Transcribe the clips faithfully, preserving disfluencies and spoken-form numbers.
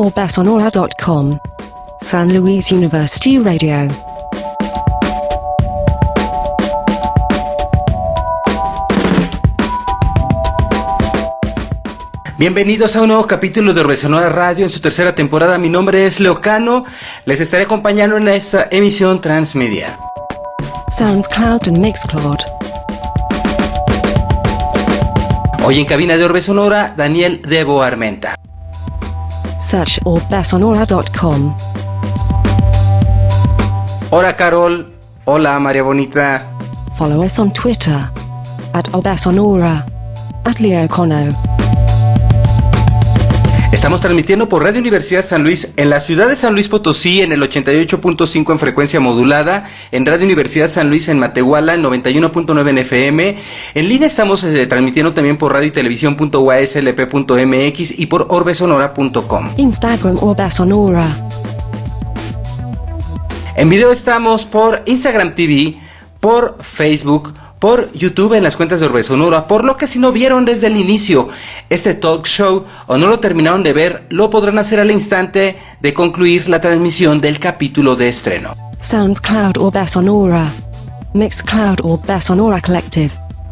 orbe sonora punto com. San Luis University Radio. Bienvenidos a un nuevo capítulo de Orbe Sonora Radio en su tercera temporada. Mi nombre es Leo Cano. Les estaré acompañando en esta emisión transmedia. SoundCloud and Mixcloud. Hoy en cabina de Orbe Sonora, Daniel Debo Armenta. Search orbe sonora punto com. Hola Carol. Hola María Bonita. Follow us on Twitter at Orbe Sonora, at Leo Cano. Estamos transmitiendo por Radio Universidad San Luis en la ciudad de San Luis Potosí en el ochenta y ocho punto cinco en frecuencia modulada, en Radio Universidad San Luis en Matehuala en noventa y uno punto nueve en F M. En línea estamos eh, transmitiendo también por radio y televisión punto u a s l p punto m x y por orbe sonora punto com. Instagram Orbe Sonora. En video estamos por Instagram T V, por Facebook, por YouTube en las cuentas de Orbe Sonora. Por lo que si no vieron desde el inicio este talk show o no lo terminaron de ver, lo podrán hacer al instante de concluir la transmisión del capítulo de estreno. SoundCloud Orbe Sonora. Mixcloud Orbe Sonora Collective.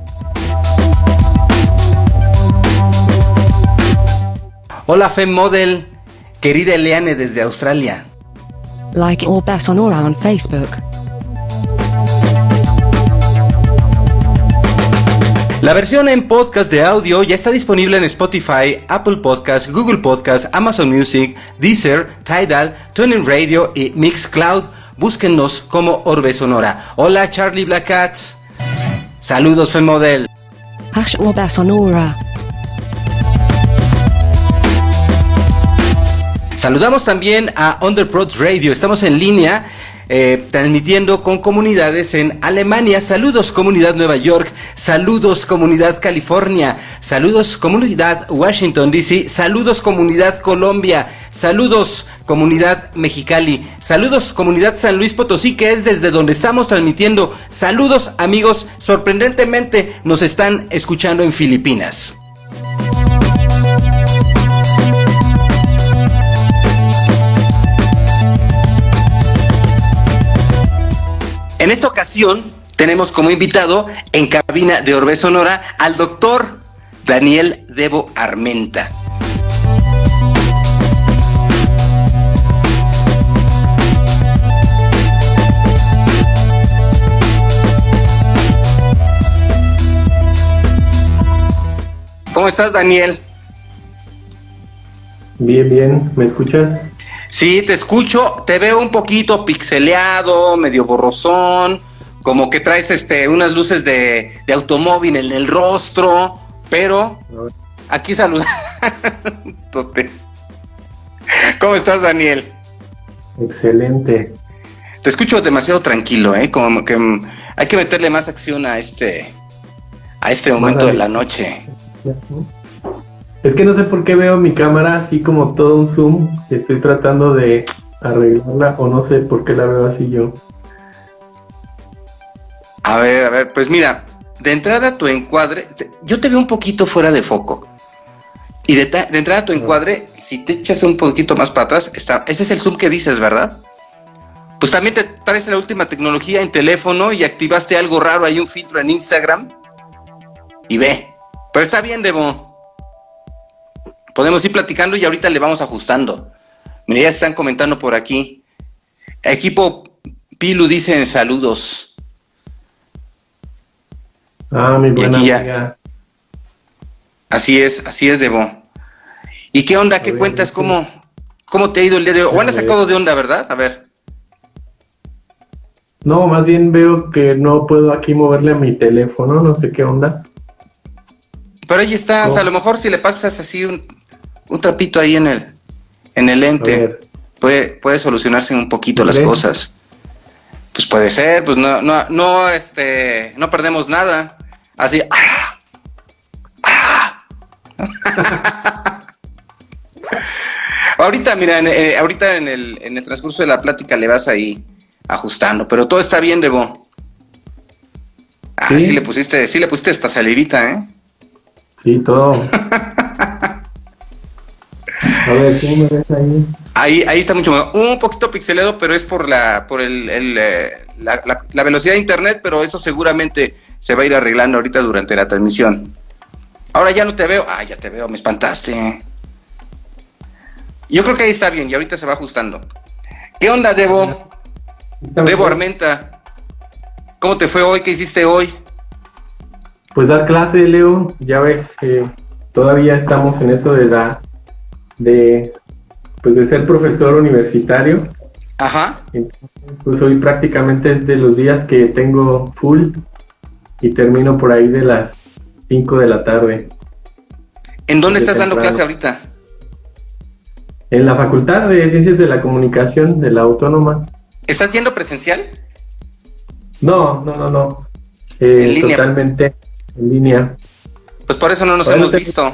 Hola Fem Model, querida Eliane desde Australia. Like Orbe Sonora on Facebook. La versión en podcast de audio ya está disponible en Spotify, Apple Podcasts, Google Podcasts, Amazon Music, Deezer, Tidal, TuneIn Radio y Mixcloud. Búsquennos como Orbe Sonora. Hola Charlie Black Cats. Saludos Femodel. Hash Orbe Sonora. Saludamos también a Underprod Radio. Estamos en línea. Eh, transmitiendo con comunidades en Alemania. Saludos comunidad Nueva York, saludos comunidad California, saludos comunidad Washington D C, saludos comunidad Colombia, saludos comunidad Mexicali, saludos comunidad San Luis Potosí, que es desde donde estamos transmitiendo. Saludos amigos, sorprendentemente nos están escuchando en Filipinas. En esta ocasión tenemos como invitado en cabina de Orbe Sonora al doctor Daniel Debo Armenta. ¿Cómo estás, Daniel? Bien, bien, ¿me escuchas? Sí, te escucho, te veo un poquito pixeleado, medio borrosón, como que traes este unas luces de, de automóvil en el rostro, pero aquí saludándote. ¿Cómo estás, Daniel? Excelente. Te escucho demasiado tranquilo, ¿eh? Como que mm, hay que meterle más acción a este a este momento de la noche. Es que no sé por qué veo mi cámara así como todo un zoom. Estoy tratando de arreglarla o no sé por qué la veo así yo. A ver, a ver, pues mira, de entrada tu encuadre, te, yo te veo un poquito fuera de foco. Y de, ta, de entrada tu encuadre, si te echas un poquito más para atrás, está, ese es el zoom que dices, ¿verdad? Pues también te traes la última tecnología en teléfono y activaste algo raro, hay un filtro en Instagram. Y ve, pero está bien, Debo. Podemos ir platicando y ahorita le vamos ajustando. Mira, ya se están comentando por aquí. Equipo Pilu dicen saludos. Ah, mi buena y aquí amiga. Ya. Así es, así es, Debo. ¿Y qué onda? ¿Qué cuentas? ¿Cómo, ¿Cómo te ha ido el día de hoy? O han sacado de onda, ¿verdad? A ver. No, más bien veo que no puedo aquí moverle a mi teléfono, no sé qué onda. Pero ahí estás, ¿Cómo? A lo mejor si le pasas así un, un trapito ahí en el en el lente, puede, puede solucionarse un poquito las cosas. Pues puede ser, pues no, no, no, este, no perdemos nada. Así, ¡ah! ¡ah! Ahorita, mira, eh, ahorita en el, en el transcurso de la plática le vas ahí ajustando, pero todo está bien, Debo. Ah, sí, sí le pusiste, sí le pusiste esta salivita, ¿eh? Sí, todo. A ver, ¿cómo me ves ahí? Ahí, ahí está mucho mejor. Un poquito pixelado, pero es por la, por el, el, eh, la, la, la velocidad de internet, pero eso seguramente se va a ir arreglando ahorita durante la transmisión. Ahora ya no te veo. Ah, ya te veo, me espantaste. Yo creo que ahí está bien y ahorita se va ajustando. ¿Qué onda, Debo? Debo Armenta. ¿Cómo te fue hoy? ¿Qué hiciste hoy? Pues dar clase, Leo. Ya ves, eh, todavía estamos en eso de dar, de, pues de ser profesor universitario. Ajá. Entonces, pues hoy prácticamente es de los días que tengo full y termino por ahí de las cinco de la tarde. ¿En dónde estás temprano. dando clase ahorita? En la Facultad de Ciencias de la Comunicación de la Autónoma. ¿Estás yendo presencial? No, no, no, no. Eh, En línea. Totalmente en línea. Pues por eso no nos Bueno, hemos te- visto.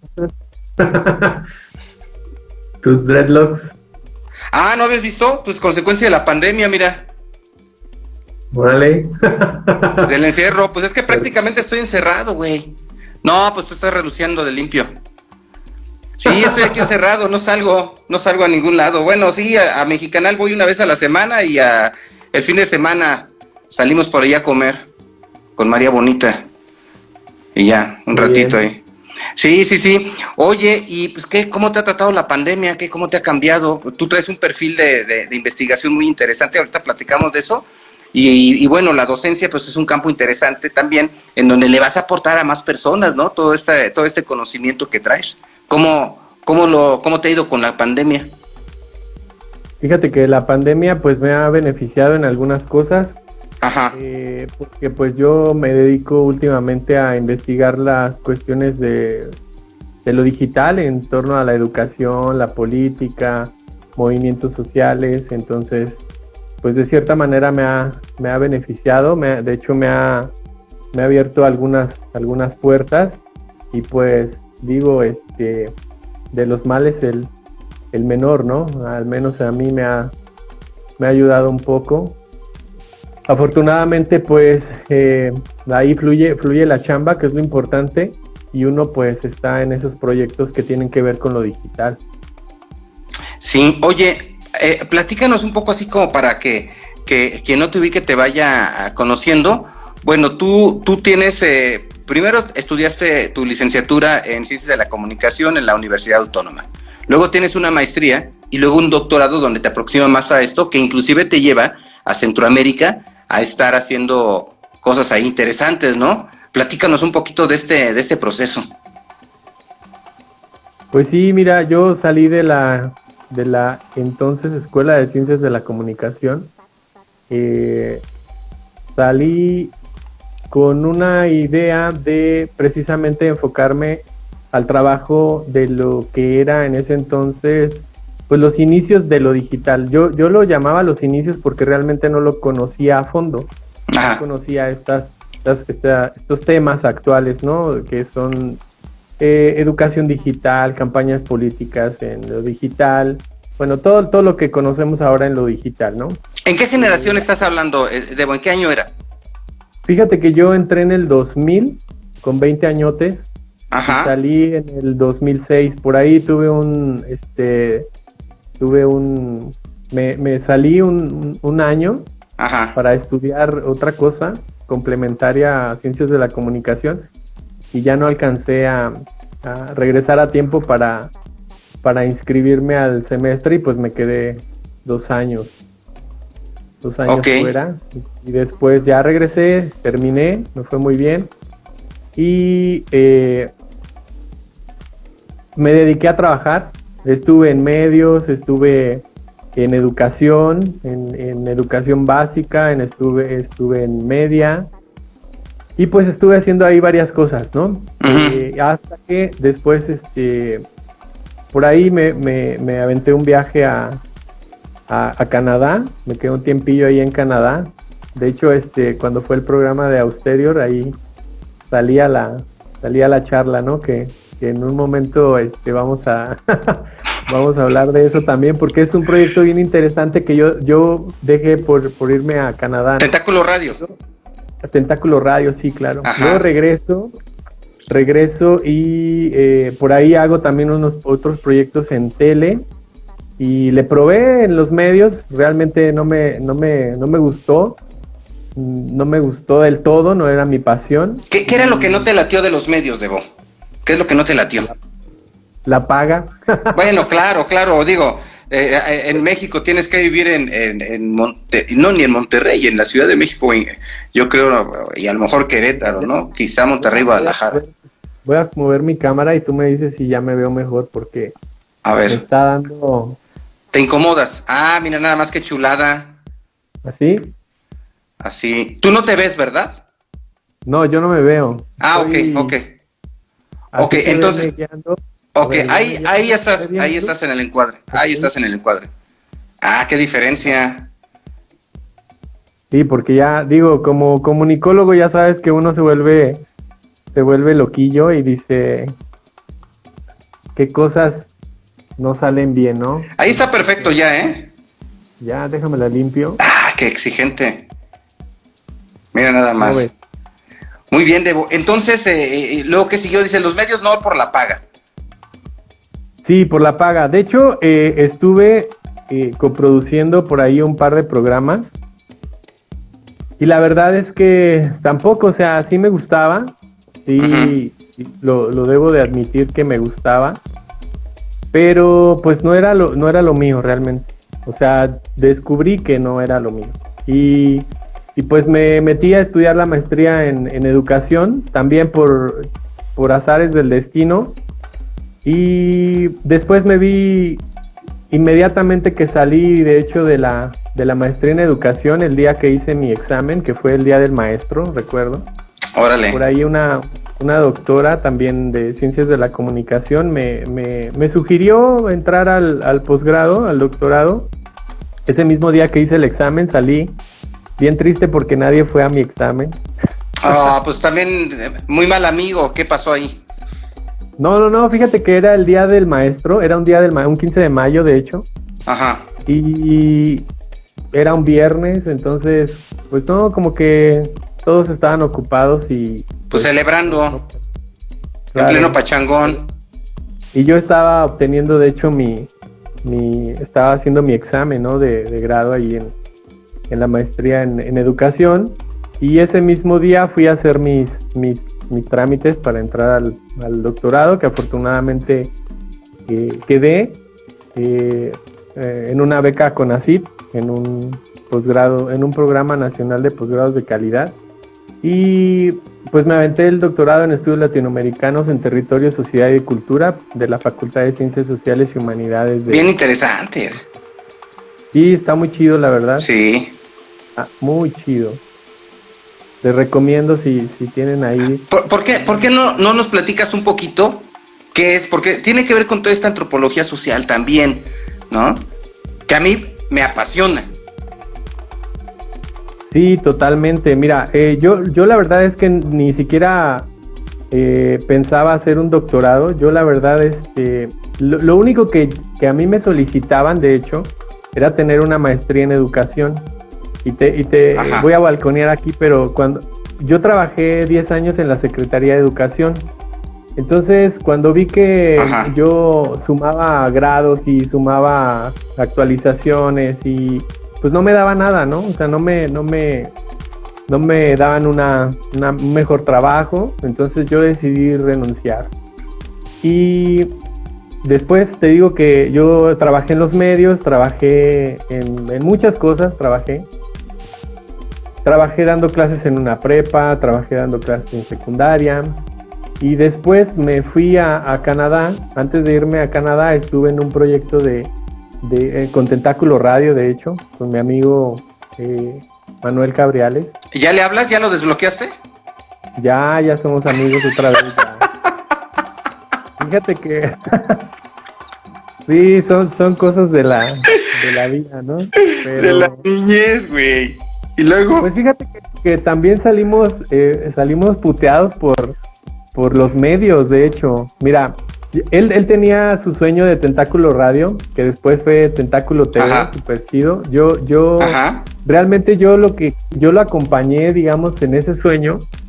Tus dreadlocks. Ah, ¿no habías visto? Pues consecuencia de la pandemia, mira. Órale. Del encierro. Pues es que prácticamente estoy encerrado, güey. No, pues tú estás reluciendo de limpio. Sí, estoy aquí encerrado, no salgo, no salgo a ningún lado. Bueno, sí, a, a Mexicanal voy una vez a la semana y a el fin de semana salimos por allá a comer con María Bonita. Y ya, un Muy ratito bien. ahí. Sí, sí, sí. Oye, ¿y pues qué? ¿Cómo te ha tratado la pandemia? ¿Qué? ¿Cómo te ha cambiado? Tú traes un perfil de, de, de investigación muy interesante, ahorita platicamos de eso. Y, y, y bueno, la docencia pues es un campo interesante también, en donde le vas a aportar a más personas, ¿no? Todo este, todo este conocimiento que traes. ¿Cómo, cómo, lo, ¿Cómo te ha ido con la pandemia? Fíjate que la pandemia pues me ha beneficiado en algunas cosas, Ajá. eh, porque pues yo me dedico últimamente a investigar las cuestiones de, de lo digital en torno a la educación, la política, movimientos sociales. Entonces pues de cierta manera me ha, me ha beneficiado, me ha- de hecho me ha, me ha abierto algunas, algunas puertas y pues digo, este, de los males el, el menor, ¿no? Al menos a mí me ha, me ha ayudado un poco. Afortunadamente, pues, eh, ahí fluye, fluye la chamba, que es lo importante, y uno pues está en esos proyectos que tienen que ver con lo digital. Sí, oye, eh, platícanos un poco así como para que, que quien no te ubique te vaya ah, conociendo. Bueno, tú, tú tienes, eh, primero estudiaste tu licenciatura en Ciencias de la Comunicación en la Universidad Autónoma. Luego tienes una maestría y luego un doctorado donde te aproxima más a esto, que inclusive te lleva a Centroamérica a estar haciendo cosas ahí interesantes, ¿no? Platícanos un poquito de este, de este proceso. Pues sí, mira, yo salí de la, de la entonces Escuela de Ciencias de la Comunicación. Eh, salí con una idea de precisamente enfocarme al trabajo de lo que era en ese entonces, pues los inicios de lo digital. Yo, yo lo llamaba los inicios porque realmente no lo conocía a fondo. Ajá. No conocía estas, estas, esta- estos temas actuales, ¿no? Que son eh, educación digital, campañas políticas en lo digital, bueno, todo, todo lo que conocemos ahora en lo digital, ¿no? ¿En qué generación estás hablando, eh, Debo? ¿En qué año era? Fíjate que yo entré en el dos mil con veinte añotes. Ajá. Y salí en el dos mil seis, por ahí tuve un, este, tuve un, me, me salí un, un, un año Ajá. para estudiar otra cosa complementaria a Ciencias de la Comunicación y ya no alcancé a, a regresar a tiempo para, para inscribirme al semestre y pues me quedé dos años, dos años Ok. fuera y después ya regresé, terminé, me fue muy bien y eh, me dediqué a trabajar, estuve en medios, estuve en educación, en, en educación básica, en estuve, estuve en media y pues estuve haciendo ahí varias cosas, ¿no? Ujú. Eh, hasta que después, este, por ahí me, me, me aventé un viaje a, a, a Canadá, me quedé un tiempillo ahí en Canadá. De hecho, este, cuando fue el programa de Austerior, ahí salía la, salía la charla, ¿no? Que, que en un momento este, vamos a vamos a hablar de eso también, porque es un proyecto bien interesante que yo, yo dejé por, por irme a Canadá, ¿no? Tentáculo Radio. Tentáculo Radio, sí, claro. Ajá. Luego regreso, regreso y eh, por ahí hago también unos otros proyectos en tele y le probé en los medios, realmente no me, no me, no me gustó, no me gustó del todo, no era mi pasión. ¿Qué, qué era lo que no te latió de los medios, Debo? ¿Qué es lo que no te latió? La paga. Bueno, claro, claro, digo, eh, en México tienes que vivir en, en, en Monte, no ni en Monterrey, en la Ciudad de México, en, yo creo, y a lo mejor Querétaro, ¿no? Quizá Monterrey, Guadalajara. Voy a mover mi cámara y tú me dices si ya me veo mejor porque a ver. Me está dando... ¿Te incomodas? Ah, mira, nada más que chulada. ¿Así? Así. Tú no te ves, ¿verdad? No, yo no me veo. Ah, Estoy... ok, ok. Ok, entonces... Ok, ahí, ahí estás, ahí estás en el encuadre, ahí estás en el encuadre. Ah, qué diferencia. Sí, porque ya, digo, como comunicólogo ya sabes que uno se vuelve, se vuelve loquillo y dice qué cosas no salen bien, ¿no? Ahí está perfecto ya, ¿eh? Ya, déjame la limpio. Ah, qué exigente. Mira nada más. Muy bien, Debo. Entonces, eh, eh, luego que siguió, dice, los medios no por la paga. Sí, por la paga. De hecho, eh, estuve eh, coproduciendo por ahí un par de programas y la verdad es que tampoco, o sea, sí me gustaba, sí, uh-huh. lo, lo debo de admitir que me gustaba, pero pues no era lo, no era lo mío realmente. O sea, descubrí que no era lo mío y, y pues me metí a estudiar la maestría en, en educación, también por, por azares del destino. Y después me vi inmediatamente que salí, de hecho, de la, de la maestría en educación, el día que hice mi examen, que fue el día del maestro, recuerdo. Órale. Por ahí una, una doctora también de ciencias de la comunicación me, me, me sugirió entrar al, al posgrado, al doctorado. Ese mismo día que hice el examen salí bien triste porque nadie fue a mi examen. Ah, oh, pues también muy mal amigo, ¿qué pasó ahí? No, no, no, fíjate que era el día del maestro, era un día del ma- un quince de mayo, de hecho. Ajá. Y era un viernes, entonces, pues no, como que todos estaban ocupados y... Pues, pues celebrando, no, claro, en pleno pachangón. Y yo estaba obteniendo, de hecho, mi... mi estaba haciendo mi examen, ¿no? De, de grado ahí en, en la maestría en, en educación. Y ese mismo día fui a hacer mis... mis mis trámites para entrar al, al doctorado, que afortunadamente eh, quedé eh, eh, en una beca CONACYT, en un posgrado, en un programa nacional de posgrados de calidad, y pues me aventé el doctorado en estudios latinoamericanos en territorio, sociedad y cultura de la Facultad de Ciencias Sociales y Humanidades. De... Bien interesante. Sí, está muy chido, la verdad. Sí. Ah, muy chido. Les recomiendo si, si tienen ahí... ¿Por, por qué, por qué no, no nos platicas un poquito qué es? Porque tiene que ver con toda esta antropología social también, ¿no? Que a mí me apasiona. Sí, totalmente. Mira, eh, yo, yo la verdad es que ni siquiera eh, pensaba hacer un doctorado. Yo la verdad es que lo, lo único que, que a mí me solicitaban, de hecho, era tener una maestría en educación. Y te, y te voy a balconear aquí, pero cuando yo trabajé diez años en la Secretaría de Educación, entonces cuando vi que Ajá. yo sumaba grados y sumaba actualizaciones y pues no me daba nada, ¿no? O sea, no me, no me, no me daban una, una, un mejor trabajo, entonces yo decidí renunciar. Y después te digo que yo trabajé en los medios, trabajé en, en muchas cosas, trabajé. Trabajé dando clases en una prepa, trabajé dando clases en secundaria y después me fui a, a Canadá. Antes de irme a Canadá estuve en un proyecto de, de eh, con Tentáculo Radio, de hecho, con mi amigo eh, Manuel Cabriales. ¿Ya le hablas? ¿Ya lo desbloqueaste? Ya, ya somos amigos otra vez. Ya. Fíjate que... sí, son, son cosas de la, de la vida, ¿no? Pero... de la niñez, güey. ¿Y luego? Pues fíjate que, que también salimos eh, salimos puteados por, por los medios, de hecho. Mira, él, él tenía su sueño de Tentáculo Radio, que después fue Tentáculo T V, súper chido. Yo, yo, Ajá. realmente yo lo que, yo lo acompañé, digamos, en ese sueño,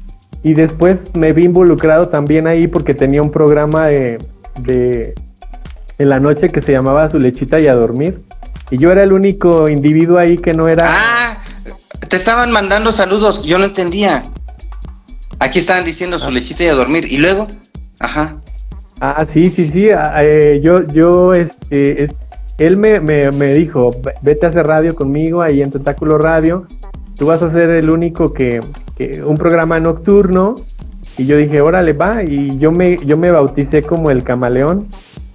y después me vi involucrado también ahí porque tenía un programa de, de en la noche que se llamaba Su Lechita y a Dormir. Y yo era el único individuo ahí que no era... Ah, te estaban mandando saludos, yo no entendía. Aquí estaban diciendo Su Lechita y a Dormir. ¿Y luego? Ajá. Ah, sí, sí, sí. Eh, yo, yo, este... Es, él me, me, me dijo, vete a hacer radio conmigo ahí en Tentáculo Radio. Tú vas a ser el único que... que un programa nocturno. Y yo dije, órale, va. Y yo me, yo me bauticé como el Camaleón.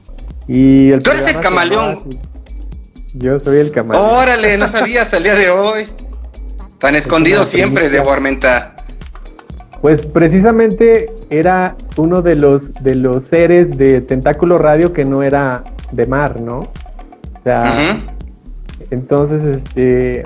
Y el ¿Tú eres el Camaleón? Yo soy el Camaleón. Órale, no sabía hasta el día de hoy. Tan escondido siempre, debo argumentar. Pues precisamente era uno de los de los seres de Tentáculo Radio que no era de mar, ¿no? O sea, uh-huh. Entonces, este,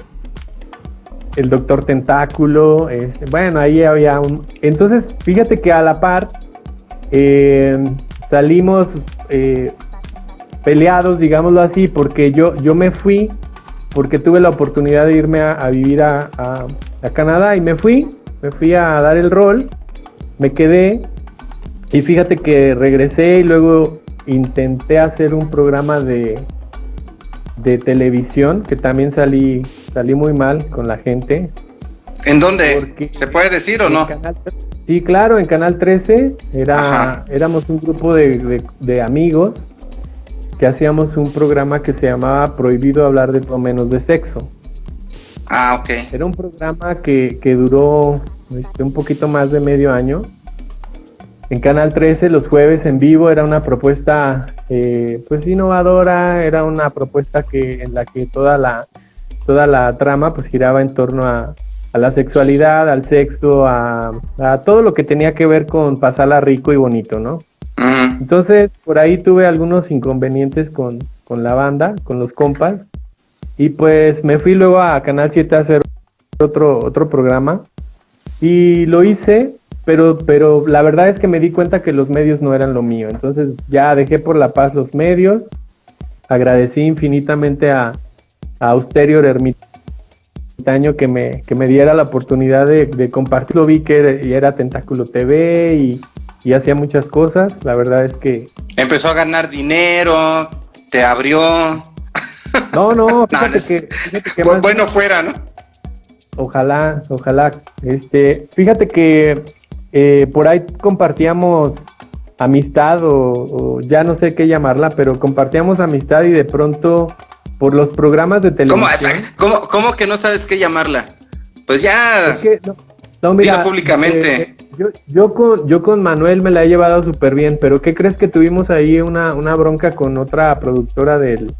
el Doctor Tentáculo, este, bueno, ahí había un... Entonces, fíjate que a la par eh, salimos... Eh, peleados, digámoslo así, porque yo, yo me fui, porque tuve la oportunidad de irme a, a vivir a, a, a Canadá y me fui, me fui a dar el rol, me quedé y fíjate que regresé y luego intenté hacer un programa de, de televisión, que también salí, salí muy mal con la gente. ¿En dónde? ¿Se puede decir o no? Canal, sí, claro, en Canal trece, era, éramos un grupo de, de, de amigos que hacíamos un programa que se llamaba Prohibido Hablar de Todo Menos de Sexo. Ah, ok. Era un programa que, que duró este, un poquito más de medio año. En Canal trece, los jueves en vivo, era una propuesta eh, pues innovadora, era una propuesta que en la que toda la, toda la trama pues giraba en torno a, a la sexualidad, al sexo, a, a todo lo que tenía que ver con pasarla rico y bonito, ¿no? Uh-huh. Entonces, por ahí tuve algunos inconvenientes con, con la banda, con los compas, y pues me fui luego a Canal siete a hacer otro, otro programa, y lo hice, pero, pero la verdad es que me di cuenta que los medios no eran lo mío, entonces ya dejé por la paz los medios, agradecí infinitamente a, a Austerio Ermitaño que me, que me diera la oportunidad de, de compartirlo, vi que era, era Tentáculo T V y... y hacía muchas cosas, la verdad es que... Empezó a ganar dinero, te abrió... No, no, fíjate no, que... Fíjate que bu- bueno fuera, ¿no? Ojalá, ojalá. Este, fíjate que eh, por ahí compartíamos amistad o, o ya no sé qué llamarla, pero compartíamos amistad y de pronto por los programas de televisión... ¿Cómo, cómo, cómo que no sabes qué llamarla? Pues ya... Es que, no, no, mira, dilo públicamente. Eh, Yo, yo, con, yo con Manuel me la he llevado súper bien, pero ¿qué crees que tuvimos ahí una, una bronca con otra productora del,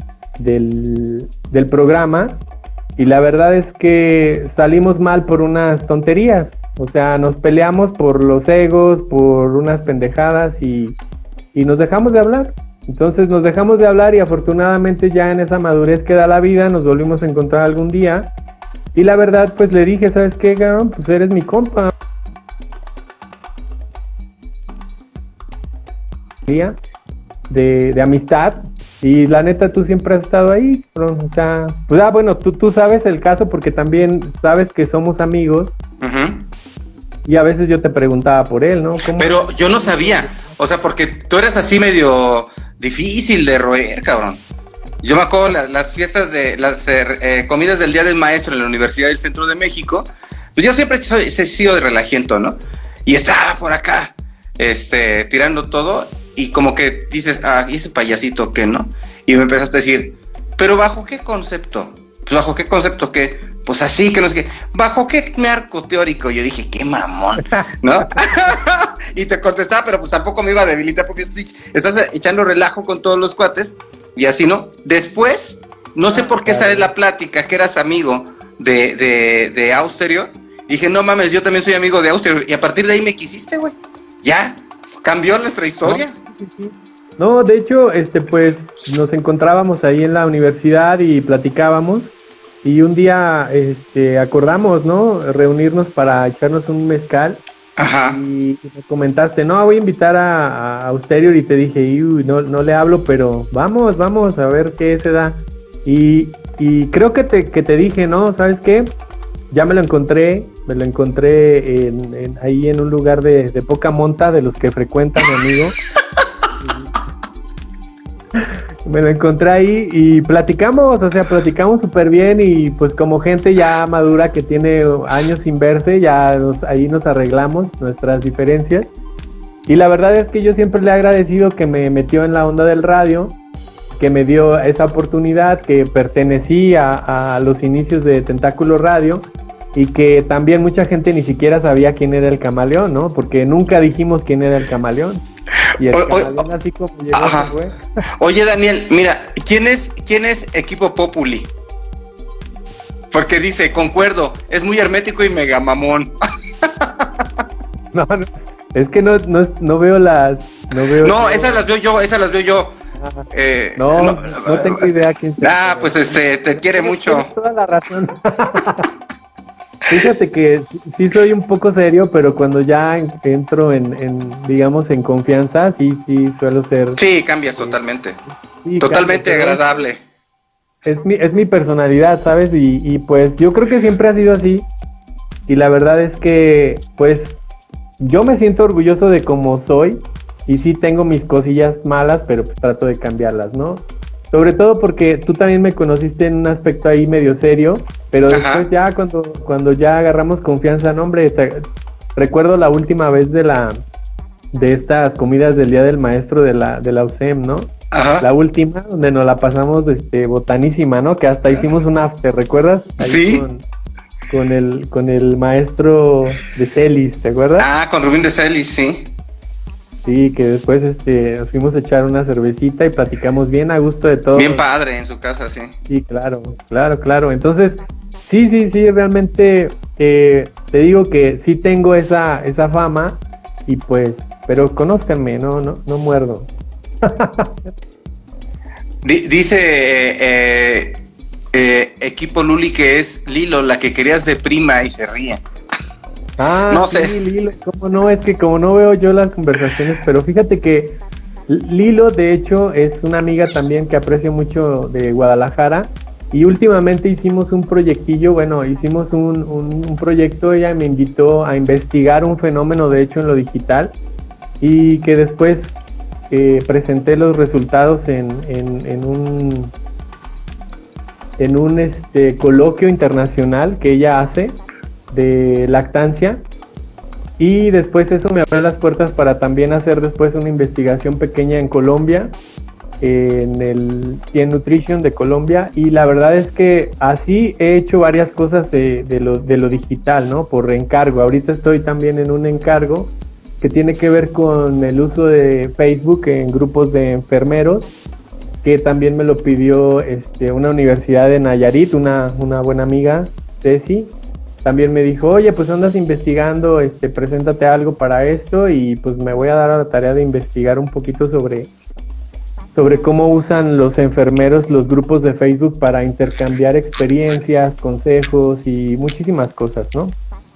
del, del programa? Y la verdad es que salimos mal por unas tonterías. O sea, nos peleamos por los egos, por unas pendejadas y, y nos dejamos de hablar. Entonces nos dejamos de hablar y afortunadamente ya en esa madurez que da la vida nos volvimos a encontrar algún día. Y la verdad, pues le dije, ¿sabes qué, cabrón? Pues eres mi compa. De, de amistad y la neta tú siempre has estado ahí, bro. O sea, pues ah, bueno, tú, tú sabes el caso porque también sabes que somos amigos. Uh-huh. Y a veces yo te preguntaba por él, ¿no? ¿Cómo? Pero yo no sabía, o sea, porque tú eres así medio difícil de roer, cabrón. Yo me acuerdo la, las fiestas de las eh, comidas del Día del Maestro en la Universidad del Centro de México, pues yo siempre soy, he sido de relajiento, ¿no? Y estaba por acá, este, tirando todo. Y como que dices, ah, ¿y ese payasito qué, no? Y me empezaste a decir, ¿pero bajo qué concepto? Pues bajo qué concepto qué, pues así, que no sé qué, ¿bajo qué marco teórico? Yo dije, qué mamón, ¿no? Y te contestaba, pero pues tampoco me iba a debilitar porque estás echando relajo con todos los cuates, y así, ¿no? Después, no sé por qué sale la plática, que eras amigo de, de, de Austerio, y dije, no mames, yo también soy amigo de Austerio, y a partir de ahí me quisiste, güey, ya, cambió nuestra historia. No. Sí, sí. No, de hecho, este, pues nos encontrábamos ahí en la universidad y platicábamos y un día, este, acordamos, ¿no? Reunirnos para echarnos un mezcal. Ajá. Y me comentaste, no, voy a invitar a, a Austerio y te dije, uy, no, no le hablo, pero vamos, vamos a ver qué se da. Y, y creo que te, que te dije, no, ¿sabes qué? ya me lo encontré, me lo encontré en, en, ahí en un lugar de, de poca monta, de los que frecuenta mi amigo. Me lo encontré ahí y platicamos, o sea, platicamos súper bien y pues como gente ya madura que tiene años sin verse, ya nos, ahí nos arreglamos nuestras diferencias. Y la verdad es que yo siempre le he agradecido que me metió en la onda del radio, que me dio esa oportunidad, que pertenecí a, a los inicios de Tentáculo Radio y que también mucha gente ni siquiera sabía quién era el Camaleón, ¿no? Porque nunca dijimos quién era el Camaleón. Y el o, Camaleón o, así como llegó, ajá. Fue. Oye, Daniel, mira, ¿quién es, quién es Equipo Populi? Porque dice, concuerdo, es muy hermético y mega mamón. No, no, es que no, no, no veo las... No, veo no esas las veo yo, esas las veo yo. Eh, no, no, no tengo idea quién se... Ah, pues este, te quiere mucho. Tienes toda la razón. Fíjate que sí soy un poco serio, pero cuando ya entro en, en digamos, en confianza, sí, sí suelo ser... Sí, cambias totalmente. Sí, totalmente cambio, agradable. Es mi, es mi personalidad, ¿sabes? Y, y pues yo creo que siempre ha sido así. Y la verdad es que, pues, yo me siento orgulloso de cómo soy. Y sí tengo mis cosillas malas, pero pues trato de cambiarlas, ¿no? Sobre todo porque tú también me conociste en un aspecto ahí medio serio, pero Ajá. después ya cuando, cuando ya agarramos confianza, no hombre, te, recuerdo la última vez de la de estas comidas del Día del Maestro de la, de la U C E M, ¿no? Ajá. La última, donde nos la pasamos este, botanísima, ¿no? Que hasta hicimos un after, ¿recuerdas? Ahí sí. Con, con, el, con el maestro de Celis, ¿te acuerdas? Ah, con Rubín de Celis, sí. Sí, que después este, nos fuimos a echar una cervecita y platicamos bien a gusto de todo. Bien padre en su casa, sí. Sí, claro, claro, claro. Entonces, sí, sí, sí, realmente eh, te digo que sí tengo esa, esa fama y pues, pero conózcanme, no, no, no muerdo. D- dice eh, eh, eh, Equipo Luli que es Lilo, la que querías de prima y se ríe. Ah, no sí, sé. Lilo, cómo no, es que como no veo yo las conversaciones, pero fíjate que Lilo de hecho es una amiga también que aprecio mucho de Guadalajara y últimamente hicimos un proyectillo, bueno, hicimos un, un, un proyecto, ella me invitó a investigar un fenómeno de hecho en lo digital y que después eh, presenté los resultados en, en, en un en un este coloquio internacional que ella hace de lactancia y después eso me abrió las puertas para también hacer después una investigación pequeña en Colombia, en el cien Nutrition de Colombia y la verdad es que así he hecho varias cosas de, de, lo, de lo digital, ¿no? Por encargo, ahorita estoy también en un encargo que tiene que ver con el uso de Facebook en grupos de enfermeros que también me lo pidió este, una universidad de Nayarit, una, una buena amiga, Ceci. También me dijo, oye, pues andas investigando, este, preséntate algo para esto y pues me voy a dar a la tarea de investigar un poquito sobre, sobre cómo usan los enfermeros los grupos de Facebook para intercambiar experiencias, consejos y muchísimas cosas, ¿no?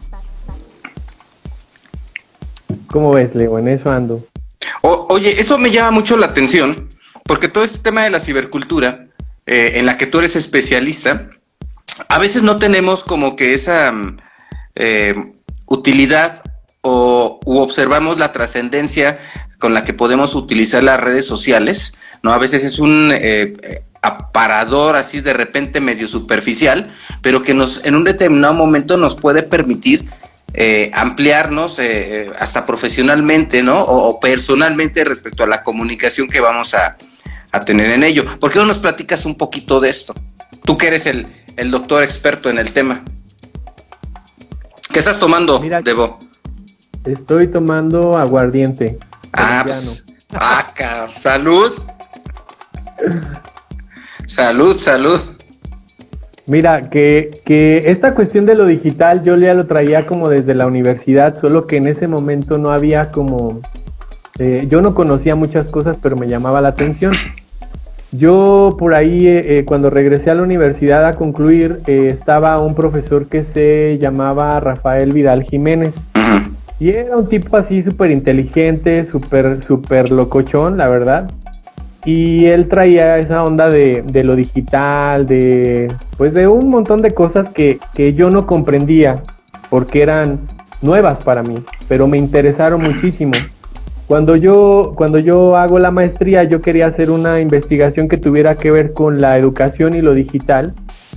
¿Cómo ves, Leo? En eso ando. O, oye, eso me llama mucho la atención, porque todo este tema de la cibercultura, eh, en la que tú eres especialista, a veces no tenemos como que esa eh, utilidad o u observamos la trascendencia con la que podemos utilizar las redes sociales, ¿no? A veces es un eh, aparador así de repente medio superficial, pero que nos en un determinado momento nos puede permitir eh, ampliarnos eh, hasta profesionalmente, ¿no? O, o personalmente respecto a la comunicación que vamos a, a tener en ello. ¿Por qué no nos platicas un poquito de esto? Tú que eres el, el doctor experto en el tema. ¿Qué estás tomando, Mira, Debo? Estoy tomando aguardiente. Ah, pues, ah, cabrón. Salud. Salud, salud. Mira, que, que esta cuestión de lo digital yo ya lo traía como desde la universidad, solo que en ese momento no había como... Eh, yo no conocía muchas cosas, pero me llamaba la atención. Yo por ahí, eh, cuando regresé a la universidad a concluir, eh, estaba un profesor que se llamaba Rafael Vidal Jiménez. Uh-huh. Y era un tipo así súper inteligente, súper, súper locochón, la verdad. y él traía esa onda de, de lo digital, de pues de un montón de cosas que, que yo no comprendía porque eran nuevas para mí, pero me interesaron muchísimo. Cuando yo, cuando yo hago la maestría, yo quería hacer una investigación que tuviera que ver con la educación y lo digital.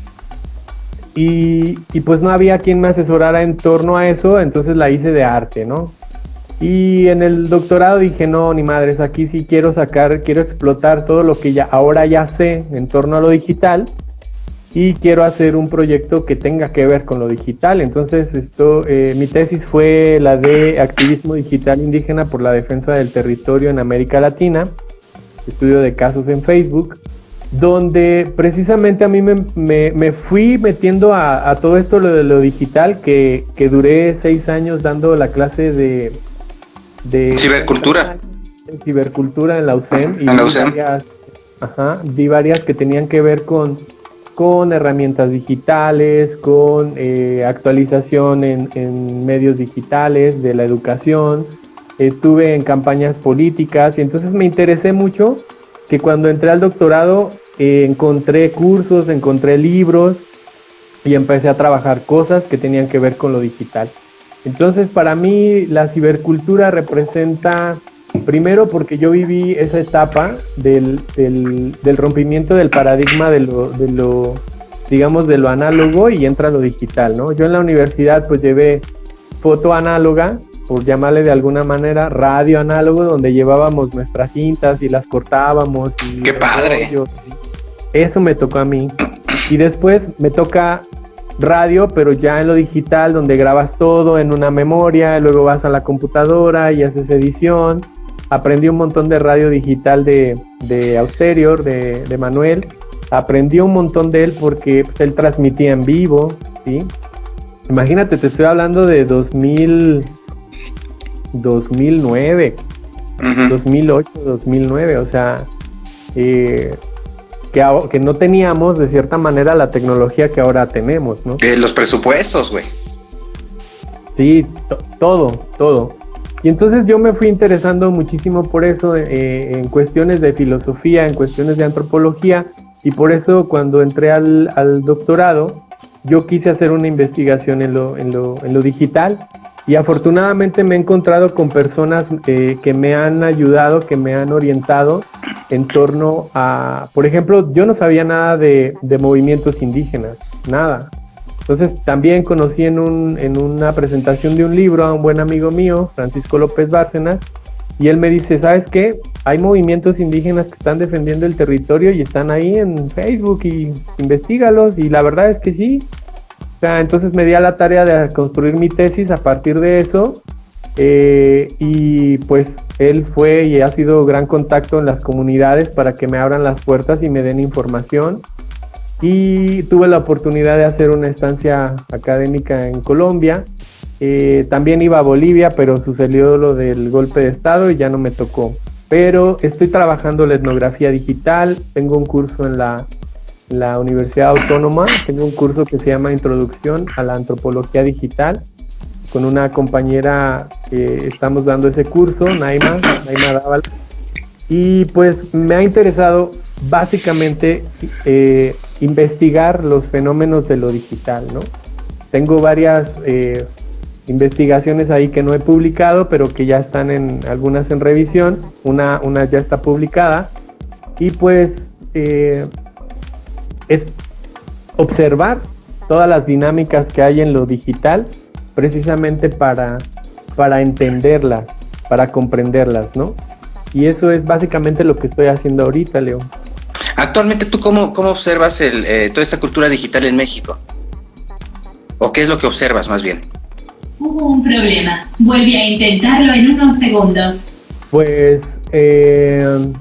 Y, y pues no había quien me asesorara en torno a eso, entonces la hice de arte, ¿no? Y en el doctorado dije, no, ni madres, aquí sí quiero sacar, quiero explotar todo lo que ya ahora ya sé en torno a lo digital y quiero hacer un proyecto que tenga que ver con lo digital. Entonces esto, eh, mi tesis fue la de activismo digital indígena por la defensa del territorio en América Latina, estudio de casos en Facebook, donde precisamente a mí me, me, me fui metiendo a, a todo esto lo de lo digital, que, que duré seis años dando la clase de... de cibercultura. De cibercultura en la U C E M. Y en la U C E M. Vi varias, ajá, vi varias que tenían que ver con, con herramientas digitales, con eh, actualización en, en medios digitales de la educación. Estuve en campañas políticas y entonces me interesé mucho que cuando entré al doctorado eh, encontré cursos, encontré libros y empecé a trabajar cosas que tenían que ver con lo digital. Entonces para mí la cibercultura representa, primero porque yo viví esa etapa del, del, del rompimiento del paradigma de lo, de lo, digamos, de lo análogo y entra lo digital, ¿no? Yo en la universidad pues llevé foto análoga, por llamarle de alguna manera, radio análogo, donde llevábamos nuestras cintas y las cortábamos. Y ¡qué padre! Rollos. Eso me tocó a mí. Y después me toca radio, pero ya en lo digital, donde grabas todo en una memoria, luego vas a la computadora y haces edición. Aprendí un montón de radio digital de, de Austerior, de, de Manuel. Aprendí un montón de él porque pues, él transmitía en vivo, ¿sí? Imagínate, te estoy hablando de dos mil... dos mil nueve, uh-huh. dos mil ocho, dos mil nueve, o sea, eh, que, que no teníamos de cierta manera la tecnología que ahora tenemos, ¿no? Eh, los presupuestos, güey. Sí, to- todo, todo. Y entonces yo me fui interesando muchísimo por eso, eh, en cuestiones de filosofía, en cuestiones de antropología, y por eso cuando entré al, al doctorado, yo quise hacer una investigación en lo, en lo, en lo digital. Y afortunadamente me he encontrado con personas eh, que me han ayudado, que me han orientado en torno a, por ejemplo, yo no sabía nada de, de movimientos indígenas, nada. Entonces también conocí en, un, en una presentación de un libro a un buen amigo mío, Francisco López Bárcenas, y él me dice, ¿sabes qué? Hay movimientos indígenas que están defendiendo el territorio y están ahí en Facebook y investígalos, y la verdad es que sí. O sea, entonces me di a la tarea de construir mi tesis a partir de eso, eh, y pues él fue y ha sido gran contacto en las comunidades para que me abran las puertas y me den información, y tuve la oportunidad de hacer una estancia académica en Colombia. Eh, también iba a Bolivia, pero sucedió lo del golpe de estado y ya no me tocó, pero estoy trabajando la etnografía digital. Tengo un curso en la la Universidad Autónoma, tengo un curso que se llama Introducción a la Antropología Digital, con una compañera que estamos dando ese curso, Naima, Naima Dávalos, y pues me ha interesado básicamente eh, investigar los fenómenos de lo digital, ¿no? Tengo varias eh, investigaciones ahí que no he publicado, pero que ya están en algunas en revisión, una, una ya está publicada, y pues eh, es observar todas las dinámicas que hay en lo digital, precisamente para, para entenderlas, para comprenderlas, ¿no? Y eso es básicamente lo que estoy haciendo ahorita, Leo. Actualmente, ¿tú cómo, cómo observas el, eh, toda esta cultura digital en México? ¿O qué es lo que observas, más bien? Hubo un problema. Vuelve a intentarlo en unos segundos. Pues, eh,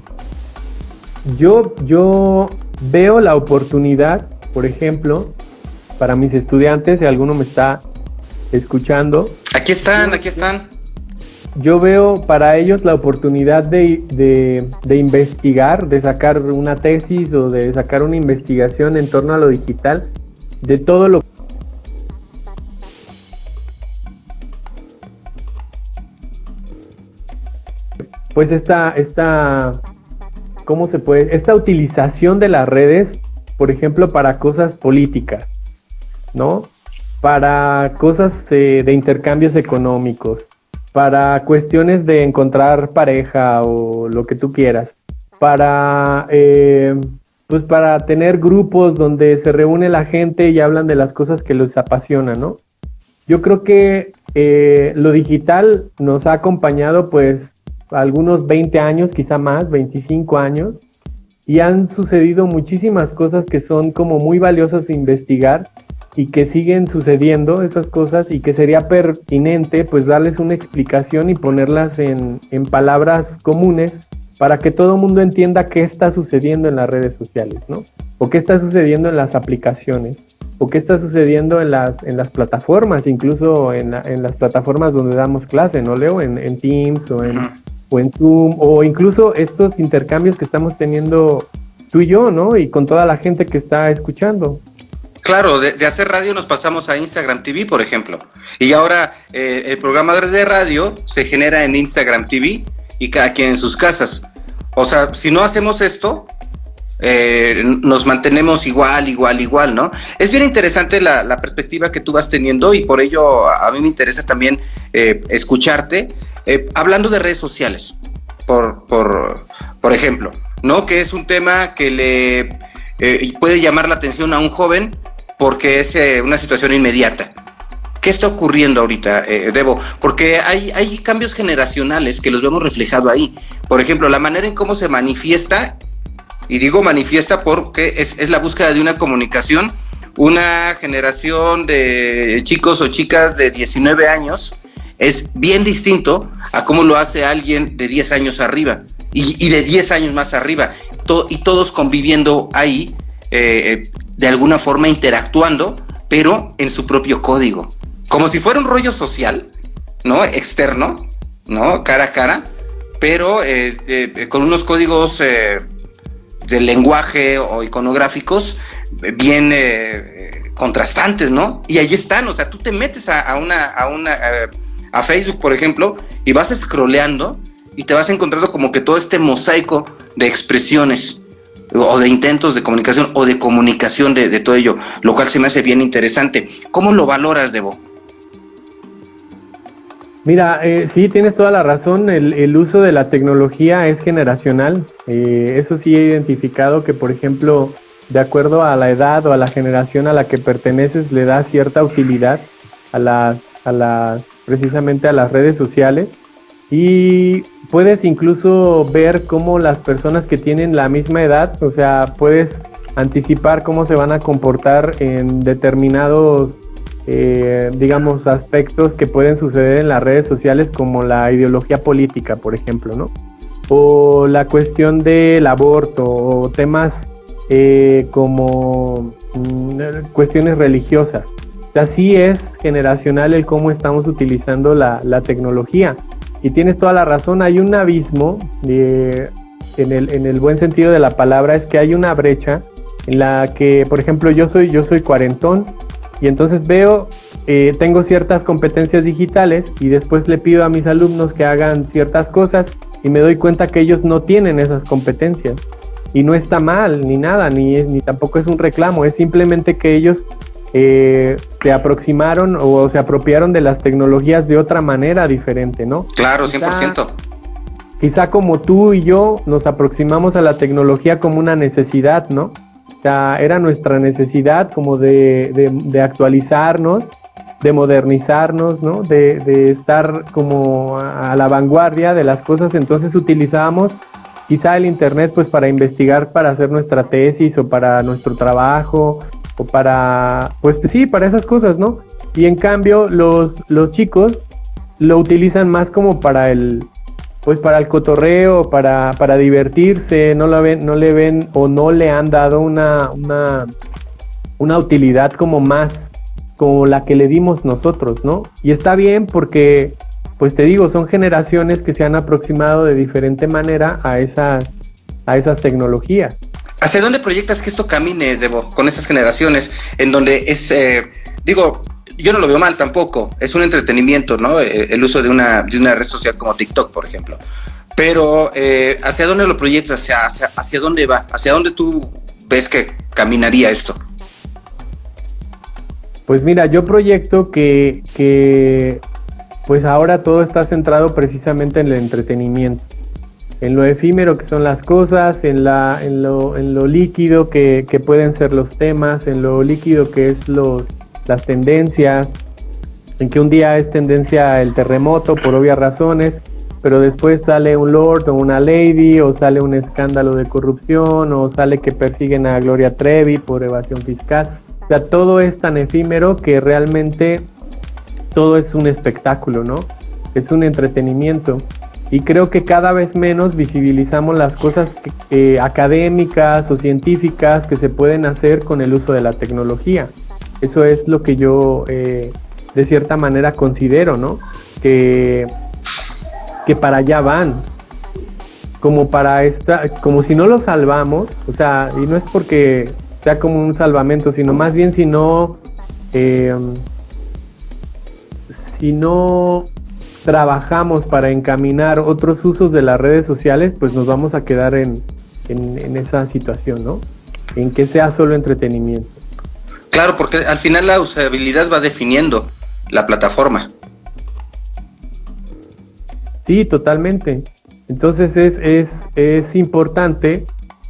yo, yo... veo la oportunidad, por ejemplo, para mis estudiantes, si alguno me está escuchando. Aquí están, aquí están. Yo veo para ellos la oportunidad de, de, de investigar, de sacar una tesis o de sacar una investigación en torno a lo digital, de todo lo pues esta, esta ¿cómo se puede? Esta utilización de las redes, por ejemplo, para cosas políticas, ¿no? Para cosas eh, de intercambios económicos, para cuestiones de encontrar pareja o lo que tú quieras, para, eh, pues para tener grupos donde se reúne la gente y hablan de las cosas que les apasionan, ¿no? Yo creo que eh, lo digital nos ha acompañado pues algunos veinte años, quizá más, veinticinco años, y han sucedido muchísimas cosas que son como muy valiosas de investigar y que siguen sucediendo esas cosas y que sería pertinente pues darles una explicación y ponerlas en, en palabras comunes para que todo el mundo entienda qué está sucediendo en las redes sociales, ¿no? O qué está sucediendo en las aplicaciones, o qué está sucediendo en las, en las plataformas, incluso en, la, en las plataformas donde damos clase, ¿no, Leo? En, en Teams o en, o en Zoom, o incluso estos intercambios que estamos teniendo tú y yo, ¿no? Y con toda la gente que está escuchando. Claro, de, de hacer radio nos pasamos a Instagram T V, por ejemplo. Y ahora eh, el programa de radio se genera en Instagram T V y cada quien en sus casas. O sea, si no hacemos esto, eh, nos mantenemos igual, igual, igual, ¿no? Es bien interesante la, la perspectiva que tú vas teniendo y por ello a, a mí me interesa también eh, escucharte. Eh, hablando de redes sociales, por, por, por ejemplo, ¿no? Que es un tema que le eh, puede llamar la atención a un joven porque es eh, una situación inmediata. ¿Qué está ocurriendo ahorita, eh, Debo? Porque hay, hay cambios generacionales que los vemos reflejado ahí. Por ejemplo, la manera en cómo se manifiesta, y digo manifiesta porque es, es la búsqueda de una comunicación, una generación de chicos o chicas de diecinueve años, es bien distinto a cómo lo hace alguien de diez años arriba, y, y de diez años más arriba, to, y todos conviviendo ahí, eh, de alguna forma interactuando, pero en su propio código. Como si fuera un rollo social, ¿no? Externo, ¿no? Cara a cara, pero eh, eh, con unos códigos eh, de lenguaje o iconográficos bien eh, contrastantes, ¿no? Y ahí están, o sea, tú te metes a, a una, a una, a, a Facebook, por ejemplo, y vas scrolleando y te vas encontrando como que todo este mosaico de expresiones o de intentos de comunicación o de comunicación de, de todo ello, lo cual se me hace bien interesante. ¿Cómo lo valoras, Debo? Mira, eh, sí, tienes toda la razón, el, el uso de la tecnología es generacional, eh, eso sí he identificado que, por ejemplo, de acuerdo a la edad o a la generación a la que perteneces, le da cierta utilidad a las, a las, precisamente a las redes sociales, y puedes incluso ver cómo las personas que tienen la misma edad, o sea, puedes anticipar cómo se van a comportar en determinados Eh, digamos, aspectos que pueden suceder en las redes sociales, como la ideología política, por ejemplo, ¿no? O la cuestión del aborto, o temas eh, como mm, cuestiones religiosas. O sea, sí es generacional el cómo estamos utilizando la, la tecnología. Y tienes toda la razón, hay un abismo, eh, en el, en el buen sentido de la palabra, es que hay una brecha en la que, por ejemplo, yo soy, yo soy cuarentón, y entonces veo, eh, tengo ciertas competencias digitales y después le pido a mis alumnos que hagan ciertas cosas y me doy cuenta que ellos no tienen esas competencias. Y no está mal, ni nada, ni, es, ni tampoco es un reclamo, es simplemente que ellos eh, se aproximaron o se apropiaron de las tecnologías de otra manera diferente, ¿no? Claro, cien por ciento. Quizá, quizá como tú y yo nos aproximamos a la tecnología como una necesidad, ¿no? O sea, era nuestra necesidad como de, de, de actualizarnos, de modernizarnos, ¿no? De, de estar como a, a la vanguardia de las cosas, entonces utilizábamos quizá el internet pues para investigar, para hacer nuestra tesis o para nuestro trabajo o para, pues sí, para esas cosas, ¿no? Y en cambio los, los chicos lo utilizan más como para el... pues para el cotorreo, para, para divertirse, no lo ven, no le ven o no le han dado una, una, una utilidad como más, como la que le dimos nosotros, ¿no? Y está bien porque, pues te digo, son generaciones que se han aproximado de diferente manera a esas, a esas tecnologías. ¿Hacia dónde proyectas que esto camine, Debo, con estas generaciones, en donde es, eh, digo... yo no lo veo mal tampoco, es un entretenimiento, ¿no? El uso de una, de una red social como TikTok, por ejemplo. Pero, eh, ¿hacia dónde lo proyectas? ¿Hacia, hacia, ¿Hacia dónde va? ¿Hacia dónde tú ves que caminaría esto? Pues mira, yo proyecto que, que pues ahora todo está centrado precisamente en el entretenimiento, en lo efímero que son las cosas, en la, en lo, en lo líquido que, que pueden ser los temas, en lo líquido que es los, las tendencias, en que un día es tendencia el terremoto por obvias razones, pero después sale un lord o una lady, o sale un escándalo de corrupción, o sale que persiguen a Gloria Trevi por evasión fiscal. O sea, todo es tan efímero que realmente todo es un espectáculo, ¿no? Es un entretenimiento. Y creo que cada vez menos visibilizamos las cosas que, eh, académicas o científicas que se pueden hacer con el uso de la tecnología. Eso es lo que yo, eh, de cierta manera, considero, ¿no? Que... que para allá van, como para esta, como si no lo salvamos, o sea, y no es porque sea como un salvamento, sino más bien si no, eh, si no trabajamos para encaminar otros usos de las redes sociales, pues nos vamos a quedar en, en, en esa situación, ¿no? En que sea solo entretenimiento. Claro, porque al final la usabilidad va definiendo la plataforma. Sí, totalmente. Entonces es, es, es importante,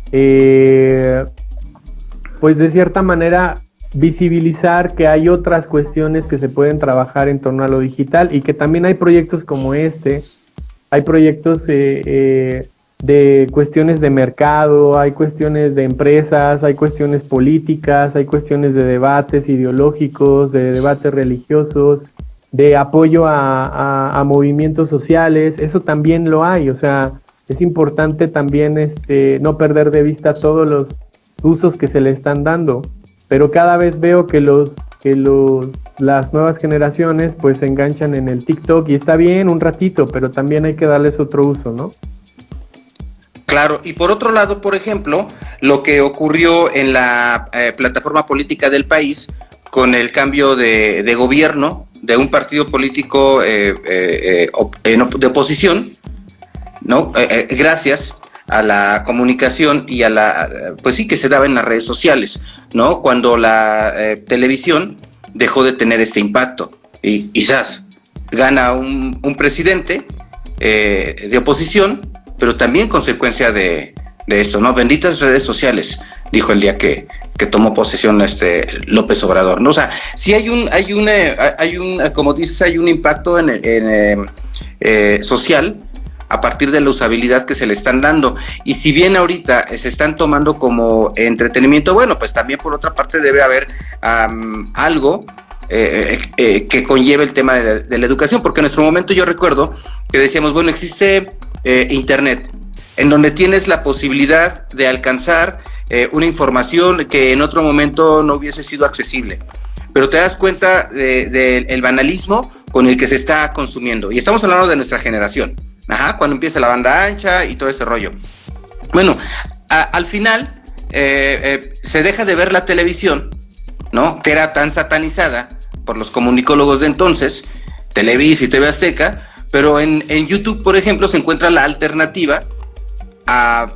eh, pues de cierta manera, visibilizar que hay otras cuestiones que se pueden trabajar en torno a lo digital y que también hay proyectos como este, hay proyectos eh, eh, de cuestiones de mercado, hay cuestiones de empresas, hay cuestiones políticas, hay cuestiones de debates ideológicos, de debates religiosos, de apoyo a, a, a movimientos sociales. Eso también lo hay, o sea, es importante también este, no perder de vista todos los usos que se le están dando, pero cada vez veo que los que los las nuevas generaciones pues se enganchan en el TikTok y está bien un ratito, pero también hay que darles otro uso, ¿no? Claro, y por otro lado, por ejemplo, lo que ocurrió en la eh, plataforma política del país con el cambio de, de gobierno de un partido político eh, eh, eh, de oposición, ¿no? Eh, eh, gracias a la comunicación y a la, pues sí, que se daba en las redes sociales, ¿no? Cuando la eh, televisión dejó de tener este impacto y quizás gana un, un presidente eh, de oposición, pero también consecuencia de, de esto, ¿no? Benditas redes sociales, dijo el día que que tomó posesión este López Obrador, ¿no? O sea, sí hay un, hay un, hay un, como dices, hay un impacto en, en eh, eh, social a partir de la usabilidad que se le están dando. Y si bien ahorita se están tomando como entretenimiento, bueno, pues también por otra parte debe haber um, algo eh, eh, que conlleve el tema de, de la educación, porque en nuestro momento yo recuerdo que decíamos, bueno, existe eh, internet, en donde tienes la posibilidad de alcanzar eh, una información que en otro momento no hubiese sido accesible. Pero te das cuenta del de, de banalismo con el que se está consumiendo. Y estamos hablando de nuestra generación. Ajá, cuando empieza la banda ancha y todo ese rollo. Bueno, a, al final eh, eh, se deja de ver la televisión, ¿no? Que era tan satanizada por los comunicólogos de entonces, Televisa y T V Azteca, pero en, en YouTube, por ejemplo, se encuentra la alternativa a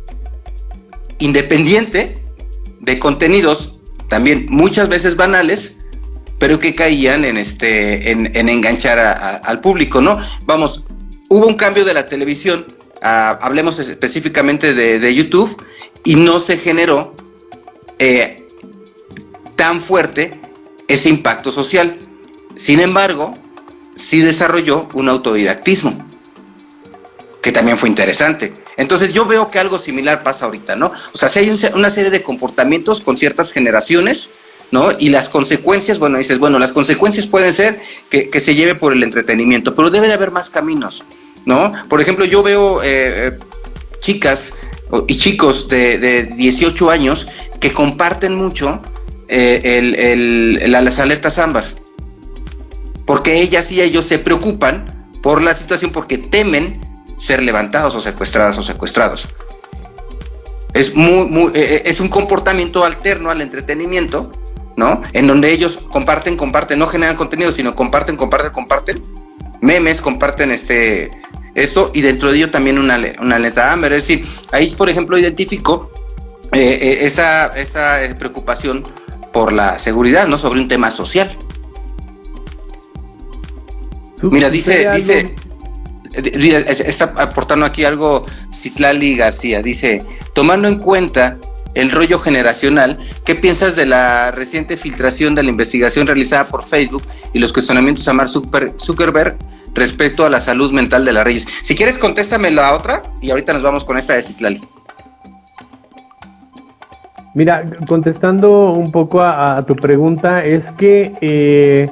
independiente de contenidos también muchas veces banales, pero que caían en este en, en enganchar a, a, al público, ¿no? Vamos, hubo un cambio de la televisión, a, hablemos específicamente de, de YouTube, y no se generó eh, tan fuerte ese impacto social. Sin embargo, sí desarrolló un autodidactismo, que también fue interesante. Entonces yo veo que algo similar pasa ahorita, ¿no? O sea, si hay un, una serie de comportamientos con ciertas generaciones, ¿no? Y las consecuencias, bueno, dices, bueno, las consecuencias pueden ser que, que se lleve por el entretenimiento, pero debe de haber más caminos, ¿no? Por ejemplo, yo veo eh, chicas y chicos de, de dieciocho años que comparten mucho eh, el, el, el, las alertas ámbar, porque ellas y ellos se preocupan por la situación, porque temen ser levantados o secuestradas o secuestrados. Es muy, muy, eh, es un comportamiento alterno al entretenimiento, ¿no? En donde ellos comparten, comparten, no generan contenido, sino comparten, comparten, comparten memes, comparten este esto, y dentro de ello también una, una alerta Amber. Es decir, ahí, por ejemplo, identifico eh, eh, esa, esa eh, preocupación por la seguridad, ¿no? Sobre un tema social. Mira, dice, dice, dice, está aportando aquí algo Citlali García, dice, tomando en cuenta el rollo generacional, ¿qué piensas de la reciente filtración de la investigación realizada por Facebook y los cuestionamientos a Mark Zuckerberg respecto a la salud mental de las redes? Si quieres, contéstame la otra y ahorita nos vamos con esta de Citlali. Mira, contestando un poco a, a tu pregunta, es que eh,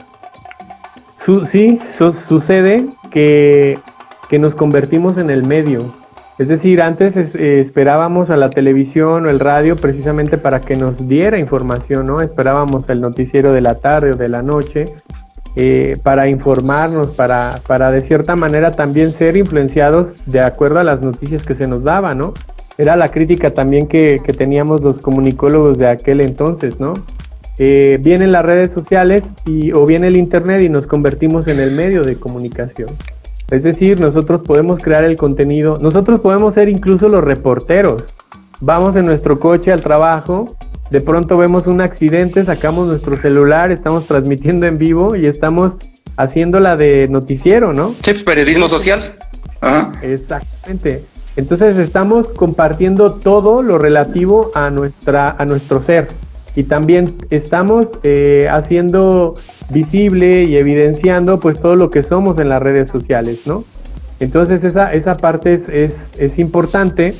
su, sí, su, sucede que, que nos convertimos en el medio. Es decir, antes eh, esperábamos a la televisión o el radio precisamente para que nos diera información, ¿no? Esperábamos el noticiero de la tarde o de la noche eh, para informarnos, para, para de cierta manera también ser influenciados de acuerdo a las noticias que se nos daban, ¿no? Era la crítica también que, que teníamos los comunicólogos de aquel entonces, ¿no? Eh, vienen las redes sociales y, o viene el internet y nos convertimos en el medio de comunicación. Es decir, nosotros podemos crear el contenido, nosotros podemos ser incluso los reporteros. Vamos en nuestro coche al trabajo, de pronto vemos un accidente, sacamos nuestro celular, estamos transmitiendo en vivo y estamos haciendo la de noticiero, ¿no? Sí, periodismo social. Ajá. Exactamente. Entonces estamos compartiendo todo lo relativo a nuestra a nuestro ser y también estamos eh, haciendo visible y evidenciando pues todo lo que somos en las redes sociales, ¿no? Entonces esa esa parte es es, es importante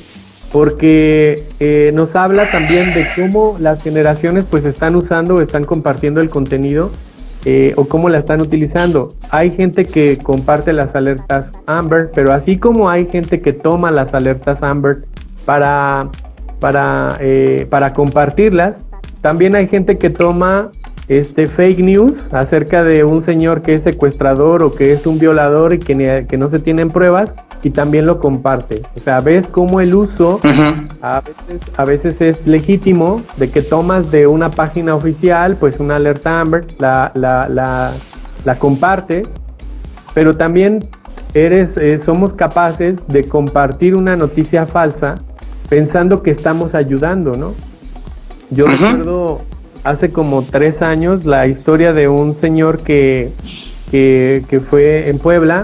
porque eh, nos habla también de cómo las generaciones pues están usando o están compartiendo el contenido eh, o cómo la están utilizando. Hay gente que comparte las alertas Amber, pero así como hay gente que toma las alertas Amber para, para, eh, para compartirlas, también hay gente que toma este fake news acerca de un señor que es secuestrador o que es un violador y que, ni, que no se tienen pruebas y también lo comparte. O sea, ves cómo el uso uh-huh. a veces, a veces es legítimo, de que tomas de una página oficial pues una alerta Amber, la, la, la, la compartes, pero también eres, eh, somos capaces de compartir una noticia falsa pensando que estamos ayudando, ¿no? Yo uh-huh. recuerdo hace como tres años la historia de un señor que, que, que fue en Puebla,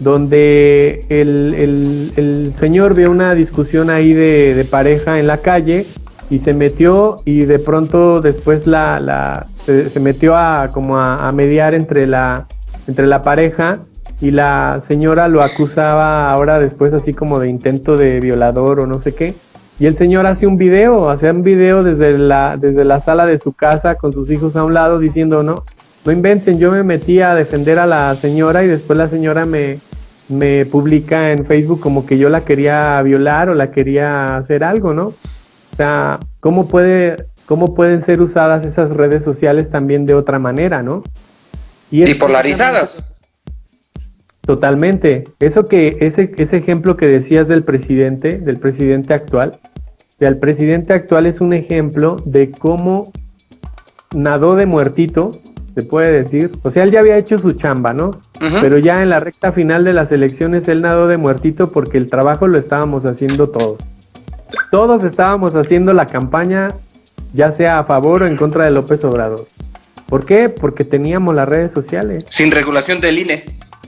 donde el, el, el señor vio una discusión ahí de, de pareja en la calle y se metió y de pronto después la, la se, se metió a como a, a mediar entre la entre la pareja y la señora lo acusaba ahora después así como de intento de violador o no sé qué. Y el señor hace un video, hace un video desde la, desde la sala de su casa con sus hijos a un lado diciendo, no, no inventen, yo me metí a defender a la señora y después la señora me, me publica en Facebook como que yo la quería violar o la quería hacer algo, ¿no? O sea, ¿cómo puede, cómo pueden ser usadas esas redes sociales también de otra manera, ¿no? Y, y polarizadas. Totalmente. Eso que, ese, ese ejemplo que decías del presidente, del presidente actual, el presidente actual es un ejemplo de cómo nadó de muertito, se puede decir. O sea, él ya había hecho su chamba, ¿no? Uh-huh. Pero ya en la recta final de las elecciones él nadó de muertito porque el trabajo lo estábamos haciendo todos. Todos estábamos haciendo la campaña, ya sea a favor o en contra de López Obrador. ¿Por qué? Porque teníamos las redes sociales. Sin regulación del I N E.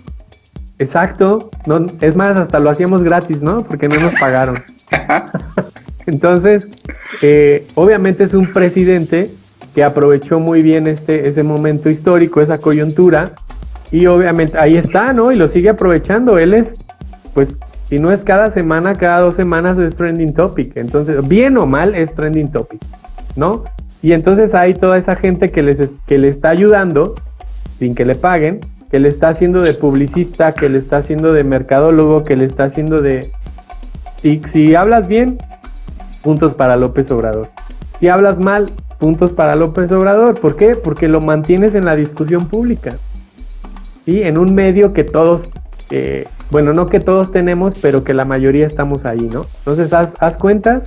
Exacto, no, es más, hasta lo hacíamos gratis, ¿no? Porque no nos pagaron. Entonces, eh, obviamente es un presidente que aprovechó muy bien este ese momento histórico, esa coyuntura, y obviamente ahí está, ¿no? Y lo sigue aprovechando. Él es, pues, si no es cada semana, cada dos semanas es trending topic. Entonces, bien o mal es trending topic, ¿no? Y entonces hay toda esa gente que les que le está ayudando sin que le paguen, que le está haciendo de publicista, que le está haciendo de mercadólogo, que le está haciendo de... Y si hablas bien, puntos para López Obrador. Si hablas mal, puntos para López Obrador. ¿Por qué? Porque lo mantienes en la discusión pública. ¿Sí? En un medio que todos, eh, bueno, no que todos tenemos, pero que la mayoría estamos ahí, ¿no? Entonces, haz, haz cuentas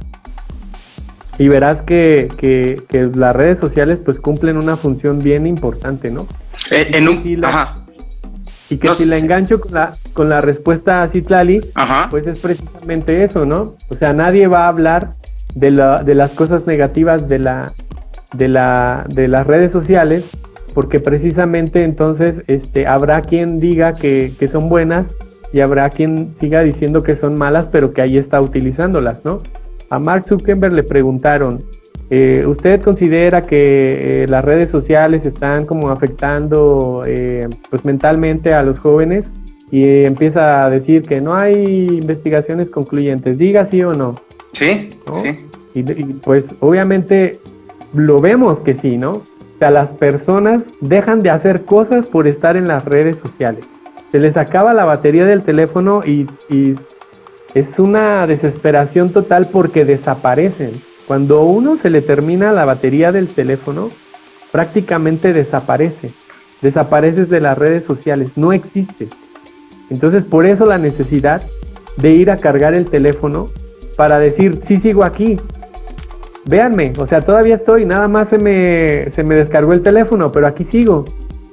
y verás que, que, que las redes sociales pues cumplen una función bien importante, ¿no? Eh, en un... La, ajá. Y que no si sé. la engancho con la, con la respuesta a Citlali, Ajá. pues es precisamente eso, ¿no? O sea, nadie va a hablar de, la, de las cosas negativas de, la, de, la, de las redes sociales, porque precisamente entonces este, habrá quien diga que, que son buenas y habrá quien siga diciendo que son malas, pero que ahí está utilizándolas, ¿no? A Mark Zuckerberg le preguntaron, eh, ¿usted considera que eh, las redes sociales están como afectando eh, pues mentalmente a los jóvenes? Y eh, empieza a decir que no hay investigaciones concluyentes, diga sí o no. Sí, ¿no? sí. Y, y pues obviamente lo vemos que sí, ¿no? O sea, las personas dejan de hacer cosas por estar en las redes sociales. Se les acaba la batería del teléfono y, y es una desesperación total porque desaparecen. Cuando a uno se le termina la batería del teléfono, prácticamente desaparece. Desapareces de las redes sociales, no existe. Entonces, por eso la necesidad de ir a cargar el teléfono para decir, sí sigo aquí. Véanme, o sea, todavía estoy, nada más se me, se me descargó el teléfono, pero aquí sigo.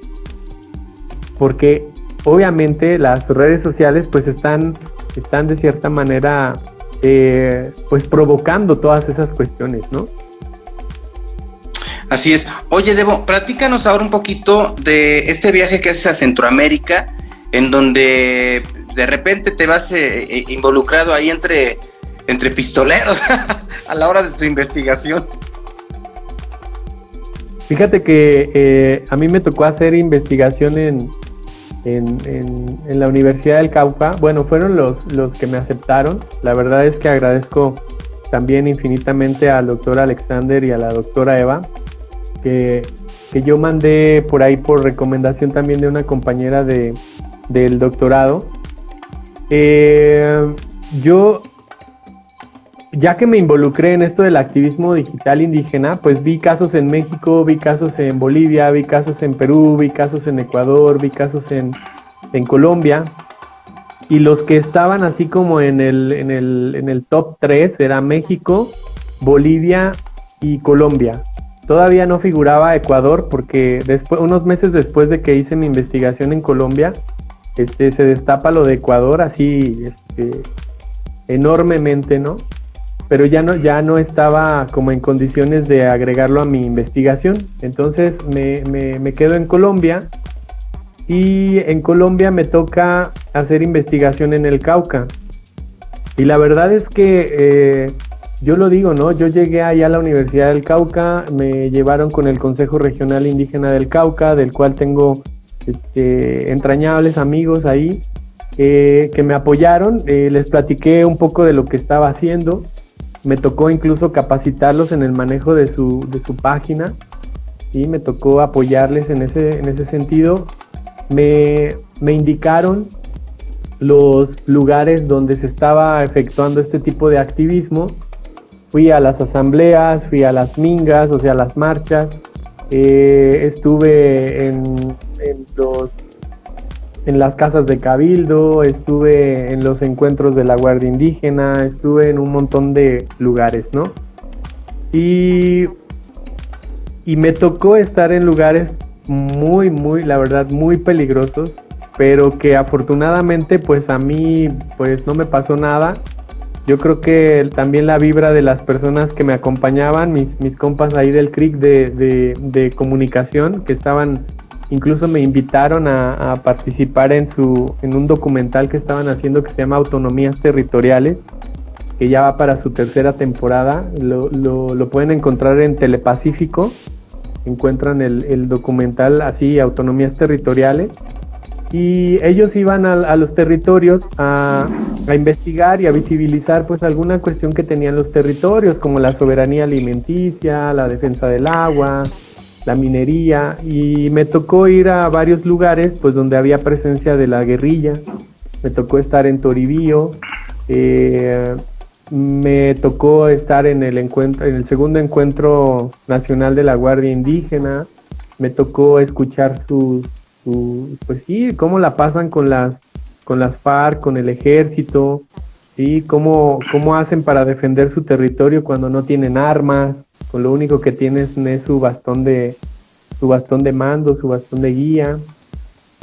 Porque obviamente las redes sociales pues están, están de cierta manera eh, pues provocando todas esas cuestiones, ¿no? Así es. Oye, Debo, platícanos ahora un poquito de este viaje que haces a Centroamérica, en donde de repente te vas eh, eh, involucrado ahí entre, entre pistoleros a la hora de tu investigación. Fíjate que eh, a mí me tocó hacer investigación en, en, en, en la Universidad del Cauca. Bueno, fueron los, los que me aceptaron. La verdad es que agradezco también infinitamente al doctor Alexander y a la doctora Eva, que, que yo mandé por ahí por recomendación también de una compañera de, del doctorado. Eh, yo, ya que me involucré en esto del activismo digital indígena, pues vi casos en México, vi casos en Bolivia, vi casos en Perú, vi casos en Ecuador, vi casos en, en Colombia, y los que estaban así como en el, en el, en el top tres era México, Bolivia y Colombia. Todavía no figuraba Ecuador porque después, unos meses después de que hice mi investigación en Colombia, este, se destapa lo de Ecuador así este, enormemente, ¿no? Pero ya no, ya no estaba como en condiciones de agregarlo a mi investigación. Entonces me, me, me quedo en Colombia, y en Colombia me toca hacer investigación en el Cauca. Y la verdad es que eh, yo lo digo, ¿no? Yo llegué allá a la Universidad del Cauca, me llevaron con el Consejo Regional Indígena del Cauca, del cual tengo este, entrañables amigos ahí, eh, que me apoyaron. Eh, les platiqué un poco de lo que estaba haciendo. Me tocó incluso capacitarlos en el manejo de su, de su página, y me tocó apoyarles en ese, en ese sentido. Me, me indicaron los lugares donde se estaba efectuando este tipo de activismo. Fui a las asambleas, fui a las mingas, o sea, las marchas. Eh, estuve en, en, los, en las casas de cabildo, estuve en los encuentros de la Guardia Indígena, estuve en un montón de lugares, ¿no? Y, y me tocó estar en lugares muy, muy, la verdad, muy peligrosos, pero que afortunadamente pues a mí pues no me pasó nada. Yo creo que también la vibra de las personas que me acompañaban, mis, mis compas ahí del C R I C de, de, de comunicación, que estaban, incluso me invitaron a, a participar en su en un documental que estaban haciendo que se llama Autonomías Territoriales, que ya va para su tercera temporada. Lo, lo, lo pueden encontrar en Telepacífico. Encuentran el, el documental así, Autonomías Territoriales, y ellos iban a, a los territorios a, a investigar y a visibilizar pues alguna cuestión que tenían los territorios, como la soberanía alimenticia, la defensa del agua, la minería, y me tocó ir a varios lugares pues donde había presencia de la guerrilla. Me tocó estar en Toribío, eh, me tocó estar en el encuentro, en el segundo encuentro nacional de la Guardia Indígena. Me tocó escuchar sus, sus pues sí, cómo la pasan con las, con las FARC, con el ejército, sí, cómo, cómo hacen para defender su territorio cuando no tienen armas, con lo único que tienen es su bastón de, su bastón de mando, su bastón de guía.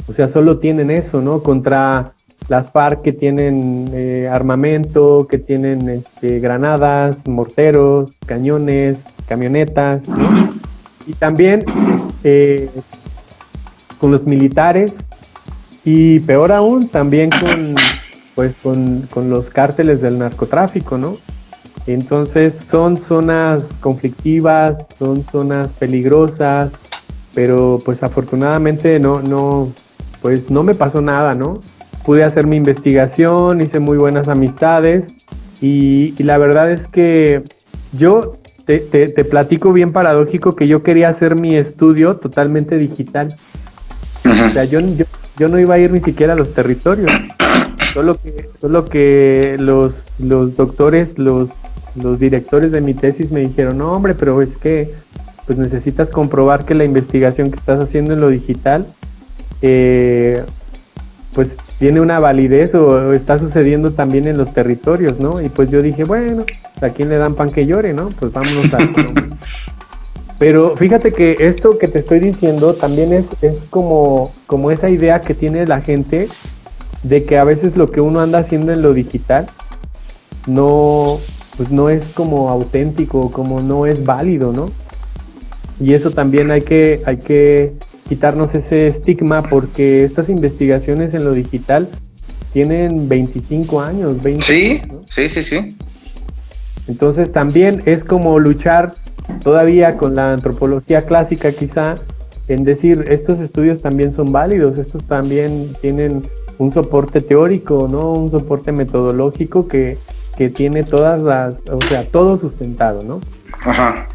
o sea, solo tienen eso, ¿no? Contra las FARC que tienen eh, armamento, que tienen este, granadas, morteros, cañones, camionetas, ¿no? Y también eh, con los militares y peor aún, también con, pues, con, con los cárteles del narcotráfico, ¿no? Entonces son zonas conflictivas, son zonas peligrosas, pero pues afortunadamente no, no, pues no me pasó nada, ¿no? Pude hacer mi investigación, hice muy buenas amistades y, y la verdad es que yo te, te, te platico bien paradójico que yo quería hacer mi estudio totalmente digital. O sea, yo, yo, yo no iba a ir ni siquiera a los territorios, solo que, solo que los, los doctores, los, los directores de mi tesis me dijeron, no hombre, pero es que pues necesitas comprobar que la investigación que estás haciendo en lo digital eh, pues tiene una validez o está sucediendo también en los territorios, ¿no? Y pues yo dije, bueno, ¿a quién le dan pan que llore, no? Pues vámonos a... Pero fíjate que esto que te estoy diciendo también es, es como, como esa idea que tiene la gente de que a veces lo que uno anda haciendo en lo digital no, pues no es como auténtico, como no es válido, ¿no? Y eso también hay que, hay que quitarnos ese estigma porque estas investigaciones en lo digital tienen veinticinco años, veinte Sí, años, ¿no? sí, sí, sí. Entonces también es como luchar todavía con la antropología clásica quizá, en decir, estos estudios también son válidos, estos también tienen un soporte teórico, ¿no? Un soporte metodológico que, que tiene todas las, o sea, todo sustentado, ¿no? Ajá.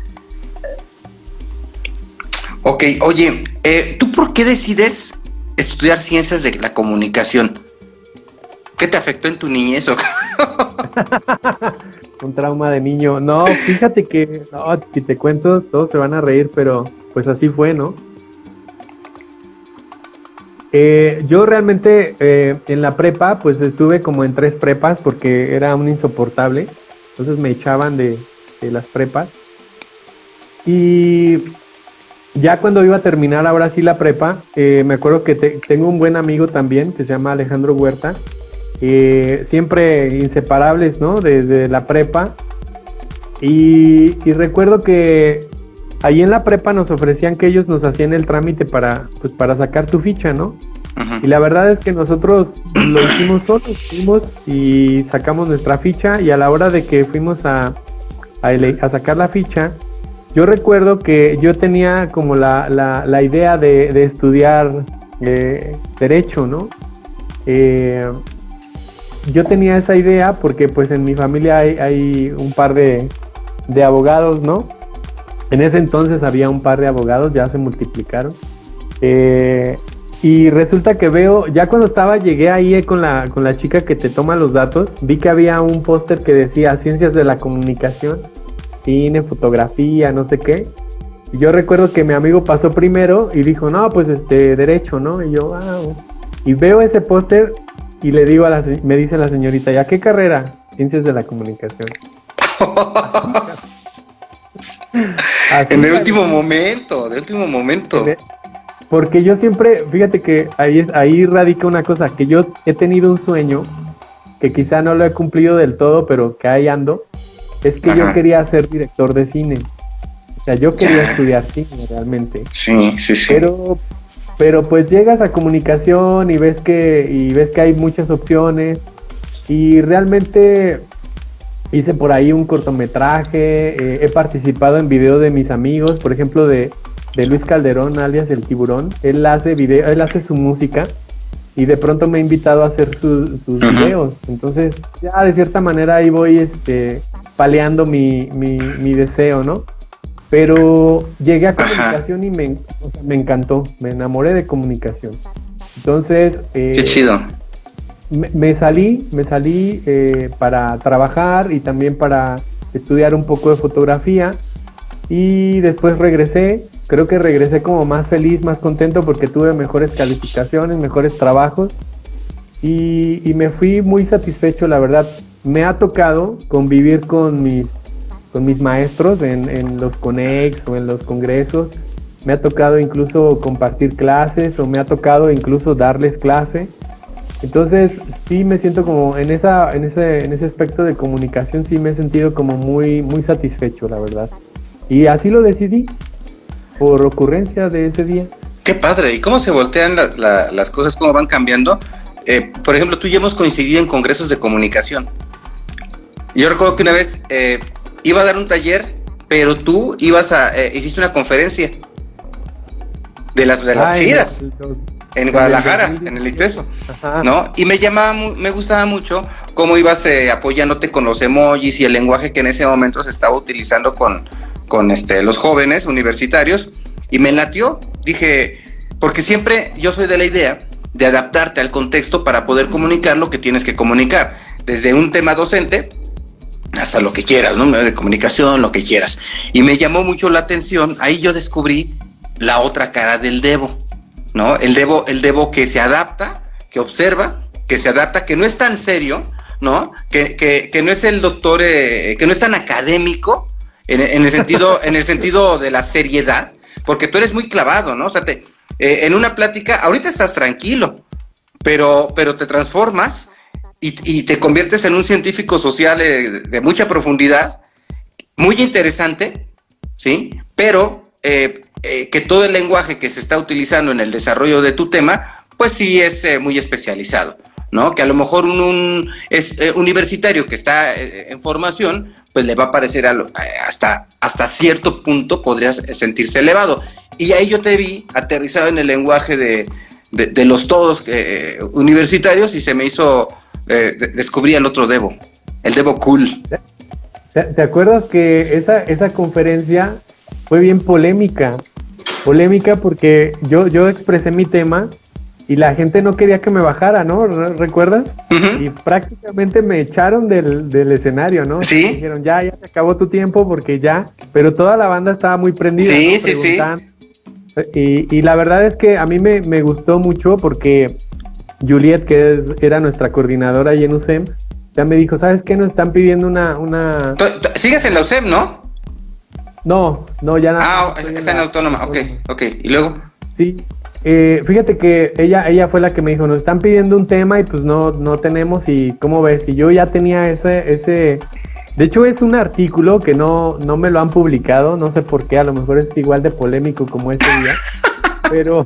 Ok, oye, eh, ¿tú por qué decides estudiar ciencias de la comunicación? ¿Qué te afectó en tu niñez o qué? Un trauma de niño. No, fíjate que, no, si te cuento, todos se van a reír, pero pues así fue, ¿no? Eh, yo realmente eh, en la prepa, pues estuve como en tres prepas porque era un insoportable. Entonces me echaban de, de las prepas. Y ya cuando iba a terminar ahora sí la prepa, eh, me acuerdo que te, tengo un buen amigo también que se llama Alejandro Huerta. Eh, siempre inseparables, ¿no? Desde la prepa. Y, y recuerdo que ahí en la prepa nos ofrecían que ellos nos hacían el trámite para, pues, para sacar tu ficha, ¿no? Uh-huh. Y la verdad es que nosotros lo hicimos solos, fuimos y sacamos nuestra ficha y a la hora de que fuimos a, a, ele- a sacar la ficha, yo recuerdo que yo tenía como la, la, la idea de, de estudiar eh, Derecho, ¿no? Eh, yo tenía esa idea porque pues en mi familia hay, hay un par de, de abogados, ¿no? En ese entonces había un par de abogados, ya se multiplicaron. Eh, y resulta que veo, ya cuando estaba, llegué ahí con la, con la chica que te toma los datos, vi que había un póster que decía Ciencias de la Comunicación, cine, fotografía, no sé qué. Y yo recuerdo que mi amigo pasó primero y dijo, no, pues este, Derecho, ¿no? Y yo, wow. Y veo ese póster y le digo a la, me dice la señorita, ¿ya qué carrera? Ciencias de la Comunicación. Así en el último momento, de último momento. Porque yo siempre, fíjate que ahí es, ahí radica una cosa, que yo he tenido un sueño, que quizá no lo he cumplido del todo, pero que ahí ando, es que Ajá. yo quería ser director de cine. O sea, yo quería estudiar cine realmente. Sí, sí, sí. Pero, pero pues llegas a comunicación y ves que, y ves que hay muchas opciones, y realmente hice por ahí un cortometraje, eh, he participado en videos de mis amigos, por ejemplo de, de Luis Calderón, alias El Tiburón. Él hace video, él hace su música y de pronto me ha invitado a hacer su, sus uh-huh. videos. Entonces ya de cierta manera ahí voy este, paleando mi, mi, mi deseo, ¿no? Pero llegué a comunicación uh-huh. y me, o sea, me encantó, me enamoré de comunicación. Entonces... Eh, ¡qué chido! Me, me salí, me salí eh, para trabajar y también para estudiar un poco de fotografía y después regresé, creo que regresé como más feliz, más contento porque tuve mejores calificaciones, mejores trabajos y, y me fui muy satisfecho, la verdad. Me ha tocado convivir con mis, con mis maestros en, en los Conex o en los congresos me ha tocado incluso compartir clases o me ha tocado incluso darles clase. Entonces sí me siento como en esa en ese en ese aspecto de comunicación, sí me he sentido como muy muy satisfecho, la verdad. Y así lo decidí por ocurrencia de ese día. Qué padre. ¿Y cómo se voltean la, la, las cosas, cómo van cambiando? Eh, por ejemplo, tú y yo hemos coincidido en congresos de comunicación. Yo recuerdo que una vez eh, iba a dar un taller, pero tú ibas a eh, hiciste una conferencia de las de las Ah, chidas. en el- En Guadalajara, en el ITESO, Ajá. ¿no? Y me llamaba, mu- me gustaba mucho cómo ibas eh, apoyándote con los emojis y el lenguaje que en ese momento se estaba utilizando con, con este, los jóvenes universitarios, y me latió, dije, porque siempre yo soy de la idea de adaptarte al contexto para poder comunicar lo que tienes que comunicar, desde un tema docente hasta lo que quieras, ¿no? Medio de comunicación, lo que quieras. Y me llamó mucho la atención, ahí yo descubrí la otra cara del Debo, ¿no? El Debo, el Debo que se adapta, que observa, que se adapta, que no es tan serio, ¿no? Que, que, que no es el doctor, eh, que no es tan académico en, en el sentido, en el sentido de la seriedad, porque tú eres muy clavado, ¿no? O sea, te, eh, en una plática, ahorita estás tranquilo, pero, pero te transformas y, y te conviertes en un científico social eh, de mucha profundidad, muy interesante, ¿sí? Pero eh, eh, que todo el lenguaje que se está utilizando en el desarrollo de tu tema, pues sí es eh, muy especializado, ¿no? Que a lo mejor un, un es, eh, universitario que está eh, en formación, pues le va a parecer a lo, eh, hasta, hasta cierto punto podrías sentirse elevado. Y ahí yo te vi aterrizado en el lenguaje de, de, de los todos eh, universitarios y se me hizo, eh, de, descubrí el otro Debo, el Debo cool. ¿Te, te acuerdas que esa, esa conferencia fue bien polémica? Polémica porque yo, yo expresé mi tema y la gente no quería que me bajara, ¿no? ¿Re- ¿Recuerdas? Uh-huh. Y prácticamente me echaron del, del escenario, ¿no? Sí. Dijeron, ya, ya se acabó tu tiempo porque ya, pero toda la banda estaba muy prendida, Sí, ¿no? sí, sí. Preguntan- Y, y la verdad es que a mí me, me gustó mucho porque Juliet, que es, era nuestra coordinadora ahí en U S E M, ya me dijo, ¿sabes qué? Nos están pidiendo una... una... Tú- tú- Sigues en la U S E M, ¿no? No, no, ya nada. Ah, estoy está en la- autónoma, ok, ok. ¿Y luego? Sí, eh, fíjate que ella ella fue la que me dijo, nos están pidiendo un tema y pues no no tenemos y ¿cómo ves? Y yo ya tenía ese, ese, de hecho es un artículo que no, no me lo han publicado, no sé por qué, a lo mejor es igual de polémico como ese día, pero,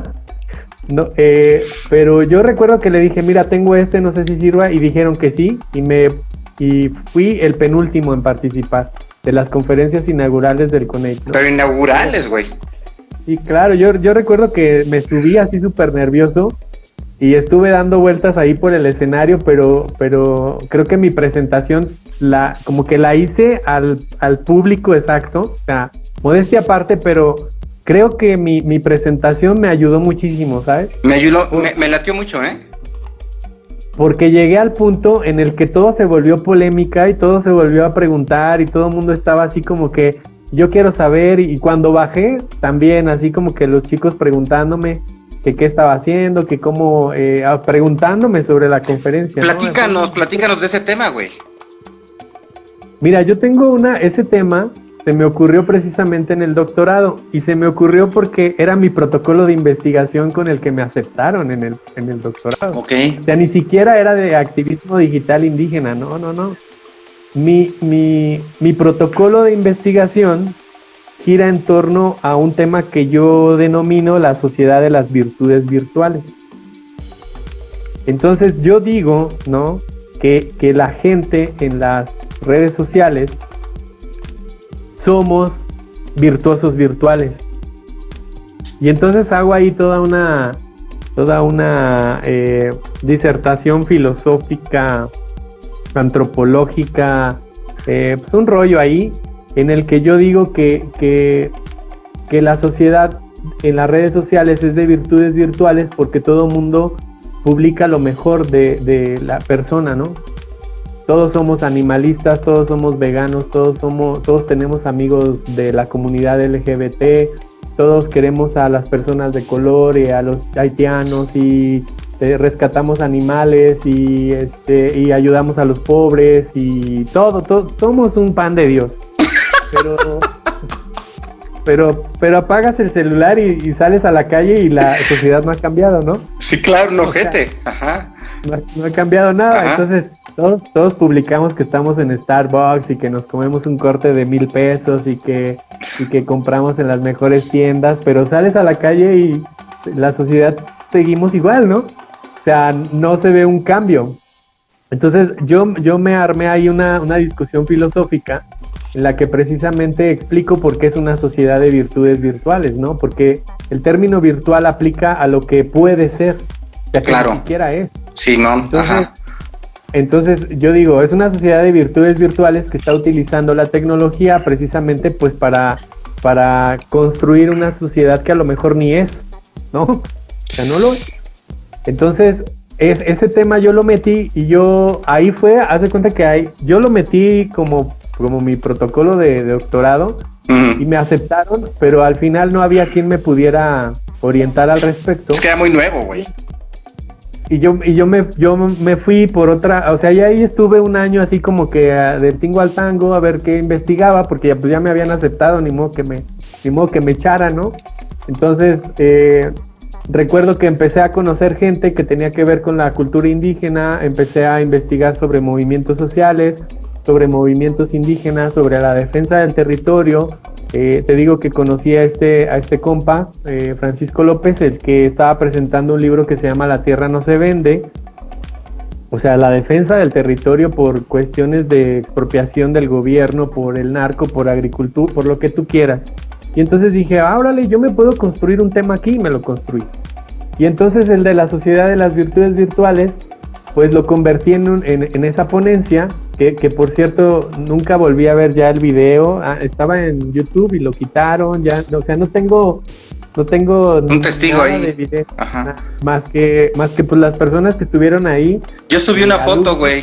no, eh, pero yo recuerdo que le dije, mira, tengo este, no sé si sirva, y dijeron que sí, y me y fui el penúltimo en participar de las conferencias inaugurales del CONEIT, ¿no? Pero inaugurales, güey. Sí, claro, yo, yo recuerdo que me subí así súper nervioso y estuve dando vueltas ahí por el escenario, pero, pero creo que mi presentación la, como que la hice al, al público exacto, o sea, modestia aparte, pero creo que mi, mi presentación me ayudó muchísimo, ¿sabes? Me ayudó, me, me latió mucho, ¿eh? Porque llegué al punto en el que todo se volvió polémica y todo se volvió a preguntar y todo el mundo estaba así como que yo quiero saber, y cuando bajé también así como que los chicos preguntándome que qué estaba haciendo, que cómo, eh, ah, preguntándome sobre la conferencia, ¿no? Platícanos, Así- platícanos de ese tema, güey. Mira, yo tengo una, ese tema se me ocurrió precisamente en el doctorado y se me ocurrió porque era mi protocolo de investigación con el que me aceptaron en el, en el doctorado. Ok. O sea, ni siquiera era de activismo digital indígena, no, no, no. Mi, mi, mi protocolo de investigación gira en torno a un tema que yo denomino la sociedad de las virtudes virtuales. Entonces yo digo, ¿no?, que, que la gente en las redes sociales somos virtuosos virtuales. Y entonces hago ahí toda una, toda una eh, disertación filosófica, antropológica, eh, pues un rollo ahí en el que yo digo que, que, que la sociedad en las redes sociales es de virtudes virtuales porque todo mundo publica lo mejor de, de la persona, ¿no? Todos somos animalistas, todos somos veganos, todos somos, todos tenemos amigos de la comunidad L G B T, todos queremos a las personas de color y a los haitianos y eh, rescatamos animales y este y ayudamos a los pobres y todo, todo, somos un pan de Dios. Pero pero, pero apagas el celular y, y sales a la calle y la sociedad no ha cambiado, ¿no? Sí, claro, un O sea, ojete. Ajá. No, no ha cambiado nada. Ajá. Entonces todos, todos publicamos que estamos en Starbucks y que nos comemos un corte de mil pesos y que, y que compramos en las mejores tiendas, pero sales a la calle y la sociedad seguimos igual, ¿no? O sea, no se ve un cambio. Entonces yo, yo me armé ahí una, una discusión filosófica en la que precisamente explico por qué es una sociedad de virtudes virtuales, ¿no? Porque el término virtual aplica a lo que puede ser, o sea, que Claro. ni siquiera es. Sí, no, Entonces, ajá. entonces yo digo, es una sociedad de virtudes virtuales que está utilizando la tecnología precisamente pues para, para construir una sociedad que a lo mejor ni es, ¿no? O sea, no lo es. Entonces, es, ese tema yo lo metí y yo, ahí fue, haz de cuenta que ahí, yo lo metí como, como mi protocolo de, de doctorado Ujú. y me aceptaron, pero al final no había quien me pudiera orientar al respecto. Es que era muy nuevo, güey. Y yo, y yo me, yo me fui por otra, o sea, y ahí estuve un año así como que uh, del tingo al tango a ver qué investigaba, porque ya, pues ya me habían aceptado, ni modo que me, ni modo que me echara, ¿no? Entonces, eh, recuerdo que empecé a conocer gente que tenía que ver con la cultura indígena, empecé a investigar sobre movimientos sociales, sobre movimientos indígenas, sobre la defensa del territorio. Eh, te digo que conocí a este, a este compa, eh, Francisco López, el que estaba presentando un libro que se llama La Tierra No Se Vende, o sea, la defensa del territorio por cuestiones de expropiación del gobierno, por el narco, por agricultura, por lo que tú quieras. Y entonces dije, ah, órale, yo me puedo construir un tema aquí, y me lo construí. Y entonces el de la Sociedad de las Virtudes Virtuales, pues lo convertí en, un, en, en esa ponencia, que, que por cierto nunca volví a ver ya el video, ah, estaba en YouTube y lo quitaron, ya, o sea, no tengo, no tengo Un testigo nada ahí. de video, Ajá. na- más que, más que pues las personas que estuvieron ahí. Yo subí una Eh, foto, alumnos. güey.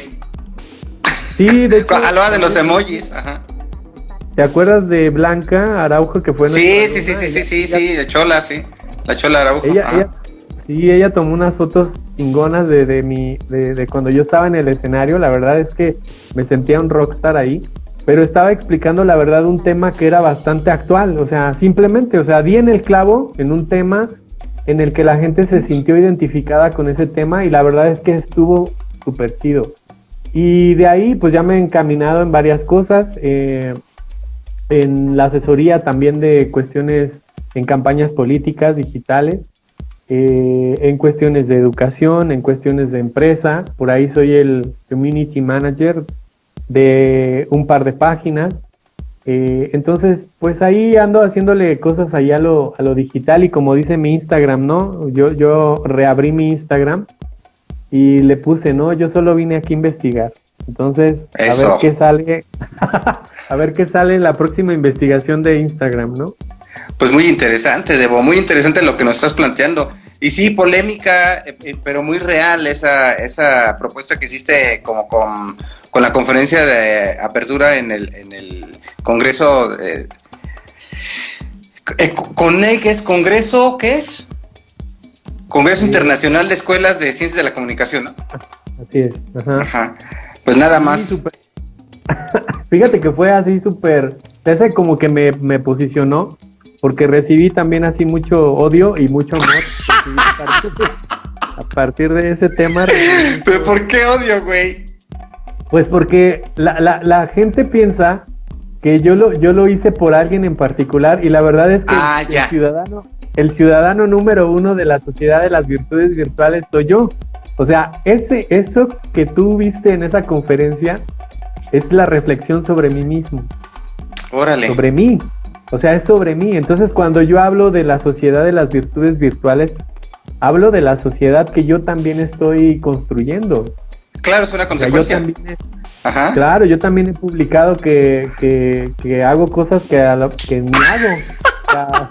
Sí, de hecho, A lo de los emojis. Ajá. ¿te acuerdas de Blanca Araujo que fue Sí, nuestra sí, sí, alumna? sí, sí, Ella- sí, sí, la chola, sí. La chola Araujo. Ella, Ajá. ella, sí, ella tomó unas fotos chingonas de, de mi, de, de cuando yo estaba en el escenario. La verdad es que me sentía un rockstar ahí, pero estaba explicando la verdad un tema que era bastante actual, o sea, simplemente, o sea, di en el clavo en un tema en el que la gente se sintió identificada con ese tema y la verdad es que estuvo súper chido. Y de ahí pues ya me he encaminado en varias cosas, eh, en la asesoría también de cuestiones en campañas políticas digitales, eh, en cuestiones de educación, en cuestiones de empresa. Por ahí soy el community manager de un par de páginas. Eh, entonces, pues ahí ando haciéndole cosas ahí a lo, a lo digital y como dice mi Instagram, ¿no? Yo, yo reabrí mi Instagram y le puse, ¿no? Yo solo vine aquí a investigar. Entonces, Eso. a ver qué sale, a ver qué sale en la próxima investigación de Instagram, ¿no? Pues muy interesante, Debo, muy interesante lo que nos estás planteando. Y sí, polémica, eh, eh, pero muy real esa, esa propuesta que hiciste como con, con la conferencia de apertura en el, en el Congreso. Eh, eh, con el que es Congreso, ¿qué es? Congreso Sí. Internacional de Escuelas de Ciencias de la Comunicación, ¿no? Así es. Ajá. Ajá. Pues nada Sí, más. súper. Fíjate que fue así súper, ese como que me, me posicionó, porque recibí también así mucho odio y mucho amor. Recibí a, partir de, a partir de ese tema. recibí ¿Pero mucho- por qué odio, güey? Pues porque la, la, la gente piensa que yo lo, yo lo hice por alguien en particular y la verdad es que Ah, el, ya. ciudadano, el ciudadano número uno de la Sociedad de las Virtudes Virtuales soy yo. O sea, ese, eso que tú viste en esa conferencia es la reflexión sobre mí mismo, Órale. sobre mí. O sea, es sobre mí. Entonces, cuando yo hablo de la Sociedad de las Virtudes Virtuales, hablo de la sociedad que yo también estoy construyendo. Claro, es una O sea, yo consecuencia. también he- Ajá. Claro, yo también he publicado que, que, que hago cosas que, a lo- que ni hago. O sea,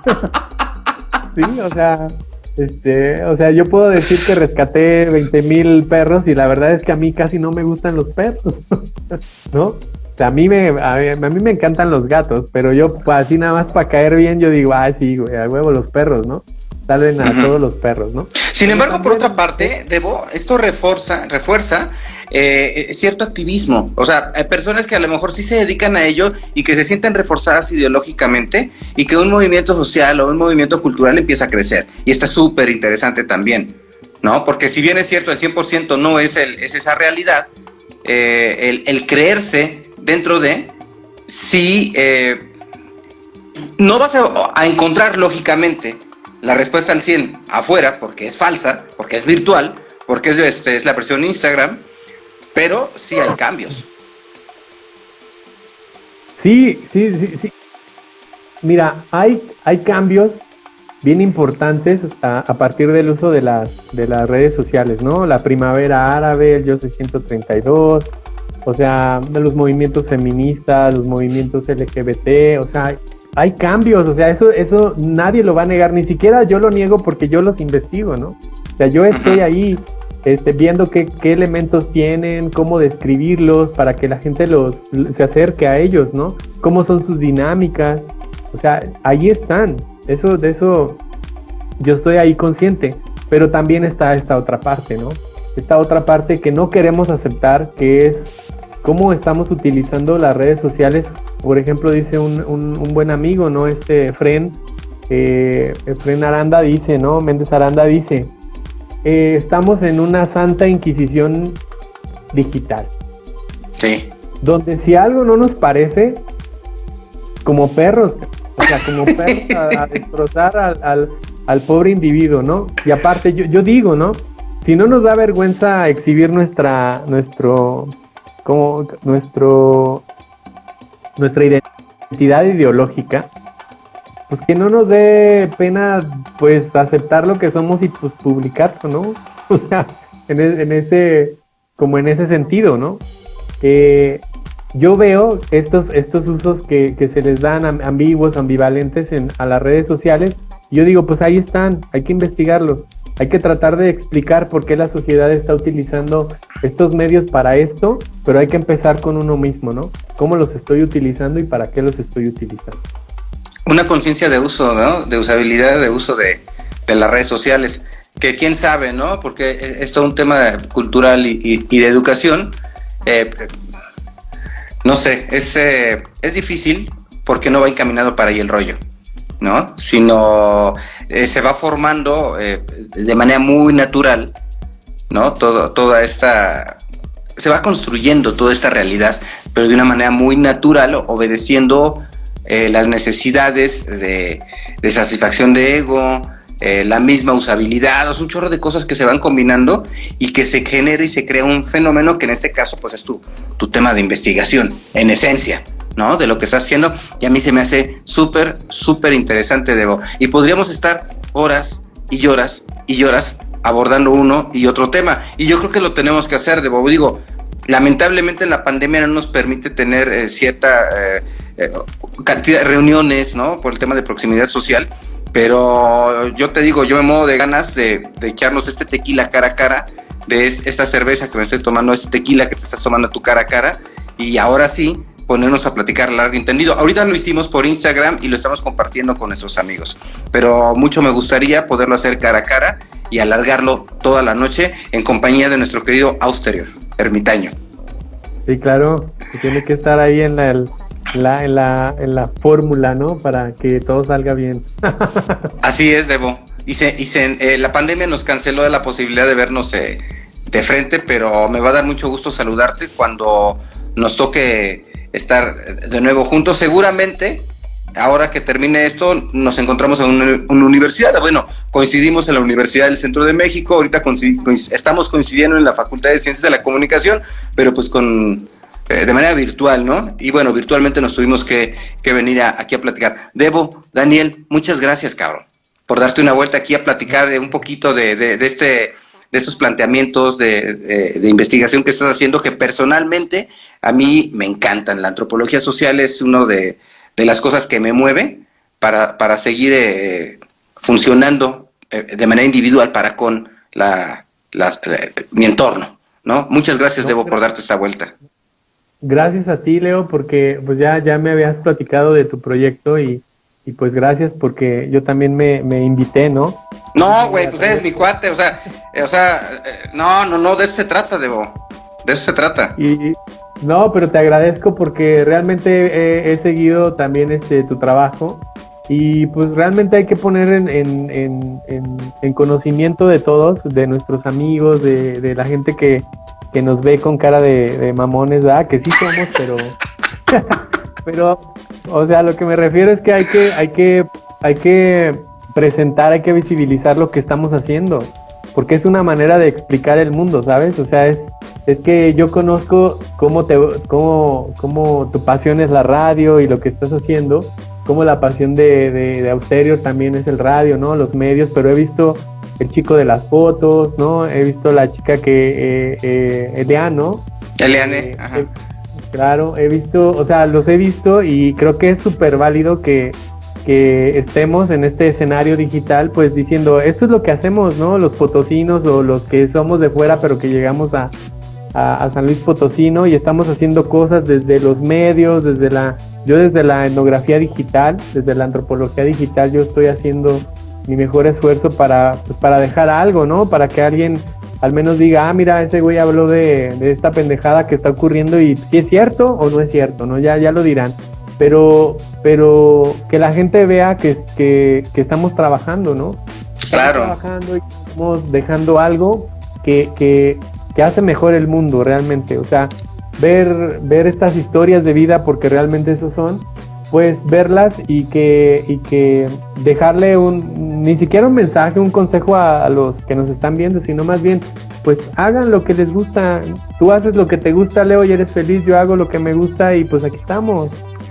sí, o sea, este, o sea, yo puedo decir que rescaté veinte mil perros y la verdad es que a mí casi no me gustan los perros, ¿no? O sea, a mí me, a mí, a mí me encantan los gatos, pero yo pues, así nada más para caer bien yo digo, ay sí, güey, a huevo los perros, ¿no? salven a Ujú. todos los perros, ¿no? Sin Pero embargo, por también- otra parte, Debo, esto refuerza, refuerza eh, eh, cierto activismo. O sea, hay personas que a lo mejor sí se dedican a ello y que se sienten reforzadas ideológicamente y que un movimiento social o un movimiento cultural empieza a crecer. Y está súper interesante también, ¿no? Porque si bien es cierto, el cien por ciento no es, el, es esa realidad, eh, el, el creerse dentro de, sí, eh, no vas a, a encontrar lógicamente la respuesta al cien afuera, porque es falsa, porque es virtual, porque es, este, es la versión Instagram, pero sí hay cambios. Sí, sí, sí, sí. Mira, hay, hay cambios bien importantes a, a partir del uso de las, de las redes sociales, ¿no? La primavera árabe, el Yo Soy ciento treinta y dos, o sea, de los movimientos feministas, los movimientos L G B T, o sea, hay cambios, o sea, eso, eso nadie lo va a negar, ni siquiera yo lo niego porque yo los investigo, ¿no? O sea, yo estoy Ajá. ahí este, viendo qué, qué elementos tienen, cómo describirlos para que la gente los se acerque a ellos, ¿no? Cómo son sus dinámicas, o sea, ahí están, eso, de eso yo estoy ahí consciente, pero también está esta otra parte, ¿no? Esta otra parte que no queremos aceptar, que es cómo estamos utilizando las redes sociales. Por ejemplo, dice un, un, un buen amigo, ¿no? Este Fren, eh, Fren Aranda dice, ¿no? Méndez Aranda dice, eh, estamos en una santa inquisición digital, Sí. donde si algo no nos parece, como perros, o sea, como perros a, a destrozar al, al, al pobre individuo, ¿no? Y aparte, yo, yo digo, ¿no? Si no nos da vergüenza exhibir nuestra, nuestro, como, nuestro, nuestra identidad ideológica, pues que no nos dé pena, pues, aceptar lo que somos y pues publicarlo, ¿no? O sea, en, e- en ese, como en ese sentido, ¿no? Eh, yo veo estos, estos usos que, que se les dan am- ambiguos, ambivalentes en, a las redes sociales, y yo digo, pues ahí están, hay que investigarlos, hay que tratar de explicar por qué la sociedad está utilizando estos medios para esto, pero hay que empezar con uno mismo, ¿no? ¿Cómo los estoy utilizando y para qué los estoy utilizando? Una conciencia de uso, ¿no? De usabilidad, de uso de, de las redes sociales, que quién sabe, ¿no? Porque es, es todo un tema cultural y, y, y de educación. Eh, no sé, es, eh, es difícil porque no va encaminado para ahí el rollo, ¿no? Sino eh, se va formando eh, de manera muy natural, ¿no? Todo, toda esta... Se va construyendo toda esta realidad, pero de una manera muy natural, obedeciendo eh, las necesidades de, de satisfacción de ego, eh, la misma usabilidad, es un chorro de cosas que se van combinando y que se genera y se crea un fenómeno que en este caso pues es tu, tu tema de investigación, en esencia, ¿no? De lo que estás haciendo, y a mí se me hace súper, súper interesante, Debo. Y podríamos estar horas y horas y horas abordando uno y otro tema, y yo creo que lo tenemos que hacer, Debo. Digo, lamentablemente la pandemia no nos permite tener eh, cierta eh, eh, cantidad de reuniones, ¿no? Por el tema de proximidad social, pero yo te digo, yo me muevo de ganas de, de echarnos este tequila cara a cara, de es, esta cerveza que me estoy tomando, este tequila que te estás tomando tú cara a cara, y ahora sí ponernos a platicar largo y entendido. Ahorita lo hicimos por Instagram y lo estamos compartiendo con nuestros amigos, pero mucho me gustaría poderlo hacer cara a cara y alargarlo toda la noche en compañía de nuestro querido Austerior, ermitaño. Sí, claro, que tiene que estar ahí en la, el- la, en la, en la fórmula, ¿no? Para que todo salga bien. Así es, Debo. Y, se, y se, eh, la pandemia nos canceló de la posibilidad de vernos eh, de frente, pero me va a dar mucho gusto saludarte cuando nos toque estar de nuevo juntos. Seguramente, ahora que termine esto, nos encontramos en una, una universidad. Bueno, coincidimos en la Universidad del Centro de México, ahorita coincid, coincid, estamos coincidiendo en la Facultad de Ciencias de la Comunicación, pero pues con... Eh, de manera virtual, ¿no? Y bueno, virtualmente nos tuvimos que, que venir a, aquí a platicar. Debo, Daniel, muchas gracias, cabrón, por darte una vuelta aquí a platicar de un poquito de, de, de este, de estos planteamientos de, de, de investigación que estás haciendo, que personalmente a mí me encantan. La antropología social es una de, de las cosas que me mueve para, para seguir eh, funcionando eh, de manera individual para con la, las, eh, mi entorno, ¿no? Muchas gracias, No, Debo, pero... por darte esta vuelta. Gracias a ti, Leo, porque pues ya, ya me habías platicado de tu proyecto y, y pues gracias porque yo también me, me invité, ¿no? No, güey, pues eres mi cuate, o sea, eh, o sea, eh, no, no, no, de eso se trata, Debo, de eso se trata. Y no, pero te agradezco porque realmente he, he seguido también este tu trabajo y pues realmente hay que poner en, en, en, en, en conocimiento de todos, de nuestros amigos, de, de la gente que, que nos ve con cara de, de mamones, ¿verdad? Que sí somos, pero... pero, o sea, lo que me refiero es que hay que, hay que, hay que presentar, hay que visibilizar lo que estamos haciendo, porque es una manera de explicar el mundo, ¿sabes? O sea, es, es que yo conozco cómo te, cómo, cómo tu pasión es la radio y lo que estás haciendo, cómo la pasión de, de, de Austerio también es el radio, ¿no? Los medios, pero he visto el chico de las fotos, ¿no? He visto la chica que, eh, eh, Eliane, ¿no? Eliane, eh, ajá. Eh, Claro, he visto, o sea, los he visto y creo que es súper válido que, que estemos en este escenario digital, pues diciendo, esto es lo que hacemos, ¿no? Los potosinos o los que somos de fuera, pero que llegamos a, a, a San Luis Potosí, ¿no? Y estamos haciendo cosas desde los medios, desde la, yo desde la etnografía digital, desde la antropología digital, yo estoy haciendo mi mejor esfuerzo para, pues, para dejar algo, ¿no? Para que alguien al menos diga, ah, mira, ese güey habló de, de esta pendejada que está ocurriendo y si es cierto o no es cierto, ¿no? Ya, ya lo dirán. Pero, pero que la gente vea que, que, que estamos trabajando, ¿no? Estamos Claro. trabajando y estamos dejando algo que, que, que hace mejor el mundo realmente. O sea, ver, ver estas historias de vida, porque realmente eso son, pues verlas y que, y que dejarle un, ni siquiera un mensaje, un consejo a, a los que nos están viendo, sino más bien, pues hagan lo que les gusta. Tú haces lo que te gusta, Leo, y eres feliz, yo hago lo que me gusta y pues aquí estamos.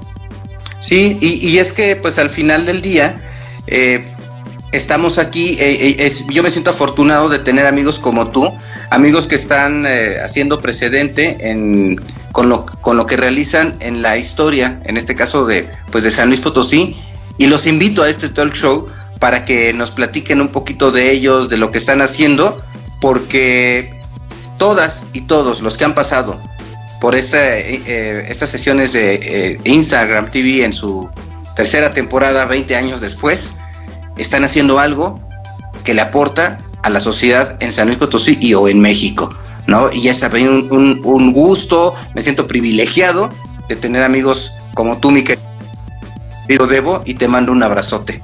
Sí, y, y es que pues al final del día eh, estamos aquí, eh, eh, es, yo me siento afortunado de tener amigos como tú, amigos que están eh, haciendo precedente en, con, lo, con lo que realizan en la historia, en este caso de, pues de San Luis Potosí, y los invito a este talk show para que nos platiquen un poquito de ellos, de lo que están haciendo, porque todas y todos los que han pasado por esta, eh, estas sesiones de eh, Instagram T V en su tercera temporada, veinte años después, están haciendo algo que le aporta a la sociedad en San Luis Potosí y o en México, ¿no? Y es un, un, un gusto, me siento privilegiado de tener amigos como tú, mi querido Debo, y te mando un abrazote.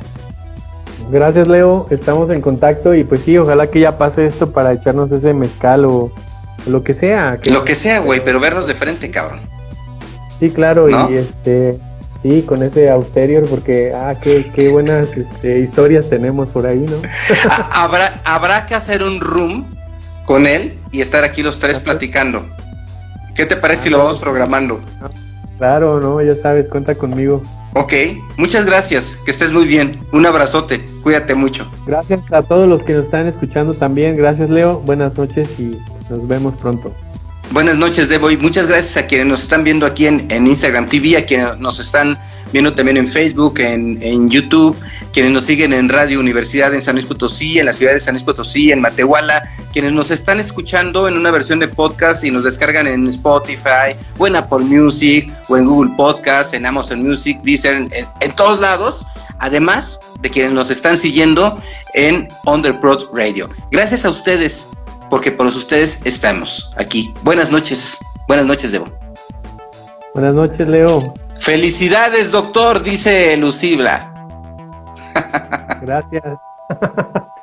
Gracias, Leo, estamos en contacto y pues sí, ojalá que ya pase esto para echarnos ese mezcal o, o lo que sea. Que lo que sea, güey, pero vernos de frente, cabrón. Sí, claro, ¿no? Y este, sí, con ese Austerior, porque, ah, qué, qué buenas este, historias tenemos por ahí, ¿no? habrá, habrá que hacer un room con él y estar aquí los tres platicando. ¿Qué te parece ah, si lo vamos programando? Claro, no, ya sabes, cuenta conmigo. Ok, muchas gracias, que estés muy bien, un abrazote, cuídate mucho. Gracias a todos los que nos están escuchando también, gracias Leo, buenas noches y nos vemos pronto. Buenas noches, Debo, y muchas gracias a quienes nos están viendo aquí en, en Instagram T V, a quienes nos están viendo también en Facebook, en, en YouTube, quienes nos siguen en Radio Universidad en San Luis Potosí, en la ciudad de San Luis Potosí, en Matehuala, quienes nos están escuchando en una versión de podcast y nos descargan en Spotify, o en Apple Music, o en Google Podcast, en Amazon Music, dicen en, en todos lados, además de quienes nos están siguiendo en Underprod Radio. Gracias a ustedes, porque por ustedes estamos aquí. Buenas noches, buenas noches, Debo. Buenas noches, Leo. Felicidades, doctor, dice Lucibla. Gracias.